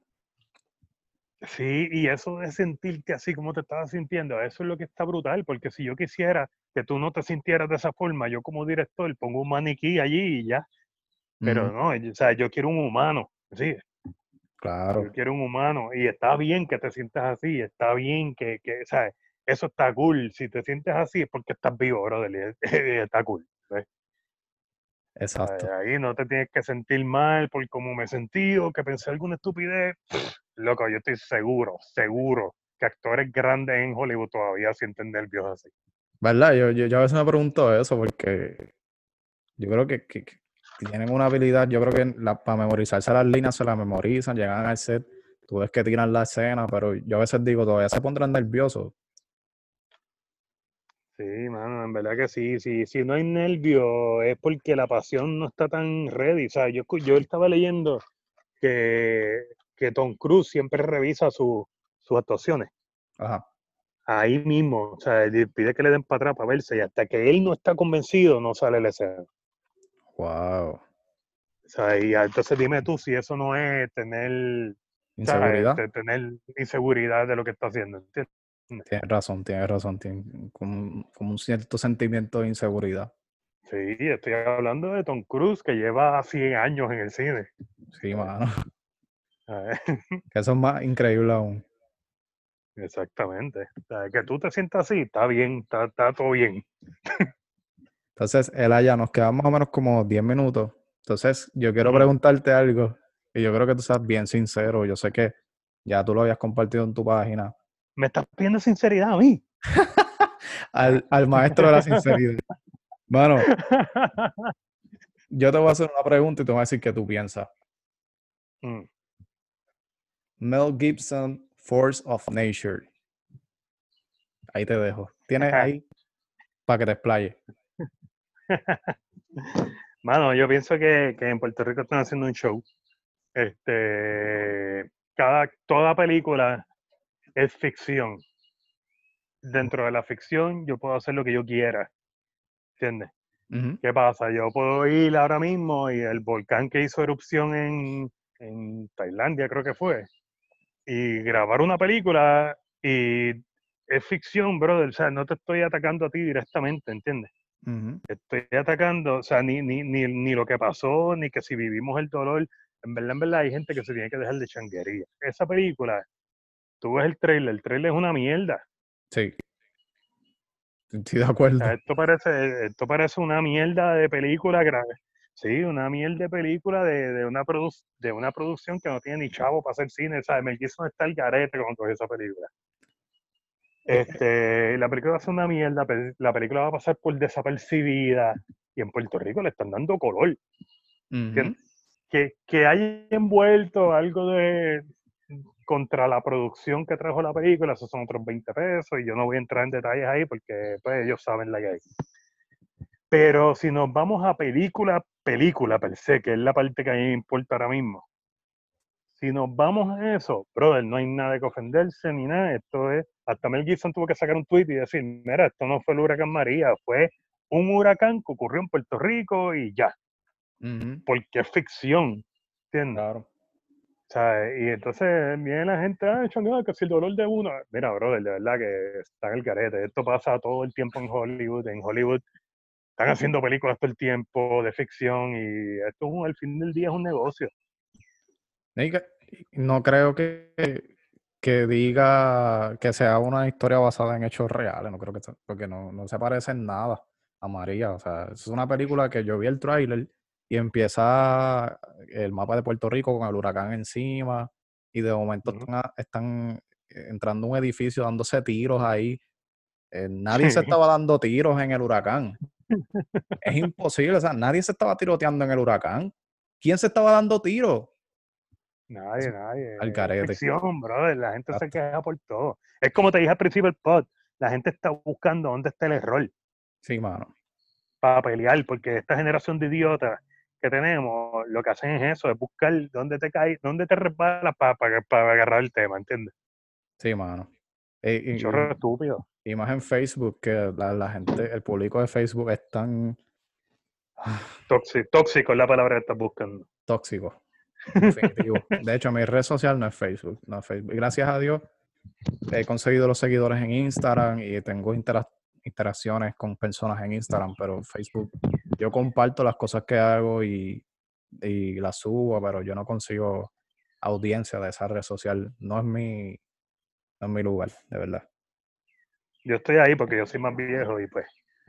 sí, y eso de sentirte así como te estabas sintiendo, eso es lo que está brutal, porque si yo quisiera que tú no te sintieras de esa forma, yo como director pongo un maniquí allí y ya, Ujú, pero no, yo- o sea, yo quiero un humano, sí, yo claro, quiero un humano y está bien que te sientas así, está bien que, que ¿sabes? Eso está cool, si te sientes así es porque estás vivo, brother, y está cool. ¿ves? exacto. Ahí no te tienes que sentir mal por cómo me sentí o que pensé alguna estupidez. Loco, yo estoy seguro, seguro que actores grandes en Hollywood todavía sienten nervios así. ¿Verdad? Yo, yo, yo a veces me pregunto eso porque yo creo que, que- que tienen una habilidad, yo creo que la- para memorizarse las líneas se las memorizan, llegan al set, tú ves que tiran la escena, pero yo a veces digo, todavía se pondrán nerviosos. Sí, mano, en verdad que sí. sí. Si no hay nervio es porque la pasión no está tan ready. O sea, yo, escu- yo estaba leyendo que, que Tom Cruise siempre revisa su- sus actuaciones. Ajá. Ahí mismo, o sea, él pide que le den para atrás para verse y hasta que él no está convencido no sale la escena. Wow. O sea, y entonces dime tú si eso no es tener, ¿sabes? Inseguridad. Te- Tener inseguridad de lo que está haciendo, ¿entiendes? Tienes razón, tienes razón. Tienes como, como un cierto sentimiento de inseguridad. Sí, estoy hablando de Tom Cruise que lleva cien años en el cine. Sí, ¿sabes? mano. ¿Sabes? Que eso es más increíble aún. Exactamente. O sea, que tú te sientas así, está bien, está, está todo bien. Entonces, Elaya, nos quedan más o menos como diez minutos. Entonces, yo quiero Ujú. preguntarte algo. Y yo creo que tú seas bien sincero. Yo sé que ya tú lo habías compartido en tu página. Me estás pidiendo sinceridad a mí. Al, al maestro de la sinceridad. Mano, yo te voy a hacer una pregunta y tú me vas a decir qué tú piensas. Mm, Mel Gibson Force of Nature. Ahí te dejo. Tienes ahí para que te explayes. Mano, yo pienso que, que en Puerto Rico están haciendo un show. Este, cada, toda película es ficción. Dentro de la ficción yo puedo hacer lo que yo quiera, ¿entiendes? Uh-huh. ¿Qué pasa? Yo puedo ir ahora mismo y el volcán que hizo erupción en, en Tailandia, creo que fue, y grabar una película y es ficción, brother. O sea, no te estoy atacando a ti directamente, ¿entiendes? Uh-huh. Estoy atacando, o sea, ni, ni, ni, ni lo que pasó, ni que si vivimos el dolor. En verdad, en verdad, hay gente que se tiene que dejar de changuería. Esa película, tú ves el trailer, el trailer es una mierda. Sí. Estoy de O acuerdo. sea, esto parece, esto parece una mierda de película grave. Sí, una mierda de película de, de, una produ de una producción que no tiene ni chavo para hacer cine. ¿Sabes? Mel Gibson está el garete con toda esa película. Este, la película va a ser una mierda, la película va a pasar por desapercibida y en Puerto Rico le están dando color. Uh-huh. Que, que haya envuelto algo de contra la producción que trajo la película, esos son otros veinte pesos y yo no voy a entrar en detalles ahí porque pues, ellos saben la que hay. Pero si nos vamos a película, película per se, que es la parte que a mí me importa ahora mismo, si nos vamos a eso, brother, no hay nada que ofenderse ni nada. Esto es, hasta Mel Gibson tuvo que sacar un tweet y decir, mira, esto no fue el huracán María, fue un huracán que ocurrió en Puerto Rico y ya. Uh-huh. Porque es ficción, ¿entiendes? Claro. O sea, y entonces viene la gente, ah, chongo, que si el dolor de uno. Mira, brother, de verdad que está en el carete. Esto pasa todo el tiempo en Hollywood. En Hollywood están haciendo películas todo el tiempo de ficción y esto al fin del día es un negocio. No creo que, que diga que sea una historia basada en hechos reales, no creo que sea, porque no, no se parece en nada a María. O sea, es una película que yo vi el tráiler y empieza el mapa de Puerto Rico con el huracán encima y de momento Uh-huh. están, están entrando a un edificio dándose tiros ahí. Eh, nadie Sí. se estaba dando tiros en el huracán. Es imposible, o sea, nadie se estaba tiroteando en el huracán. ¿Quién se estaba dando tiros? Nadie, nadie. Al Es garete. ficción, brother. La gente Exacto. se queja por todo. Es como te dije al principio del pod. La gente está buscando dónde está el error. Sí, mano. Para pelear, porque esta generación de idiotas que tenemos, lo que hacen es eso, es buscar dónde te caes, dónde te resbalas para pa, pa agarrar el tema, ¿entiendes? Sí, mano. Y, y, Chorro y, estúpido. y más en Facebook, que la, la gente, el público de Facebook es tan Tóxico, tóxico es la palabra que estás buscando. tóxico. Definitivo. De hecho, mi red social no es Facebook. No es Facebook. Gracias a Dios he conseguido los seguidores en Instagram y tengo intera interacciones con personas en Instagram, pero Facebook, yo comparto las cosas que hago y, y las subo, pero yo no consigo audiencia de esa red social. No es mi, no es mi lugar, de verdad. Yo estoy ahí porque yo soy más viejo y pues.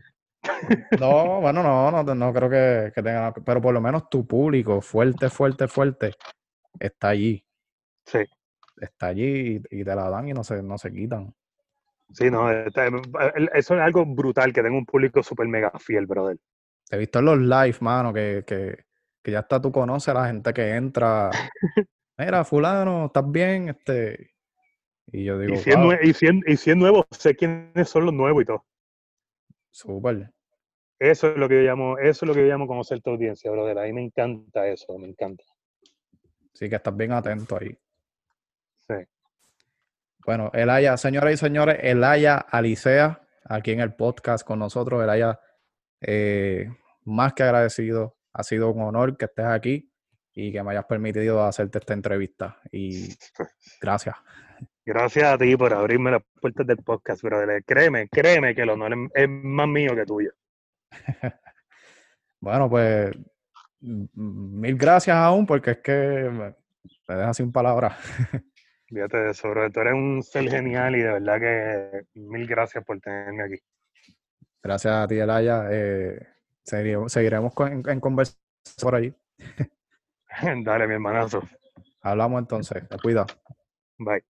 No, bueno, no, no, no creo que, que tenga, pero por lo menos tu público fuerte, fuerte, fuerte está allí. Sí. Está allí y, y te la dan y no se, no se quitan. Sí, no, está, eso es algo brutal, que tenga un público súper mega fiel, brother. Te he visto en los live, mano, que, que, que ya hasta tú conoces a la gente que entra. Mira, fulano, ¿estás bien? Este, y yo digo, Y si, es wow, nue y, si es, y si es nuevo, sé quiénes son los nuevos y todo. súper. Eso es lo que yo llamo, eso es lo que yo llamo conocer tu audiencia, brother. A mí me encanta eso, me encanta. Sí, que estás bien atento ahí. Sí. Bueno, Elaya, señoras y señores, Elaya Alicea, aquí en el podcast con nosotros. Elaya, eh, más que agradecido. Ha sido un honor que estés aquí y que me hayas permitido hacerte esta entrevista. Y gracias. Gracias a ti por abrirme las puertas del podcast, brother. Créeme, créeme que el honor es más mío que tuyo. Bueno, pues mil gracias aún, porque es que me, me deja sin palabras. Fíjate de eso, brother. Tú eres un ser genial y de verdad que mil gracias por tenerme aquí. Gracias a ti, Elaya. Eh, seguiremos, seguiremos con, en, en conversación por allí. Dale, mi hermanazo. Hablamos entonces. Te cuida. Bye.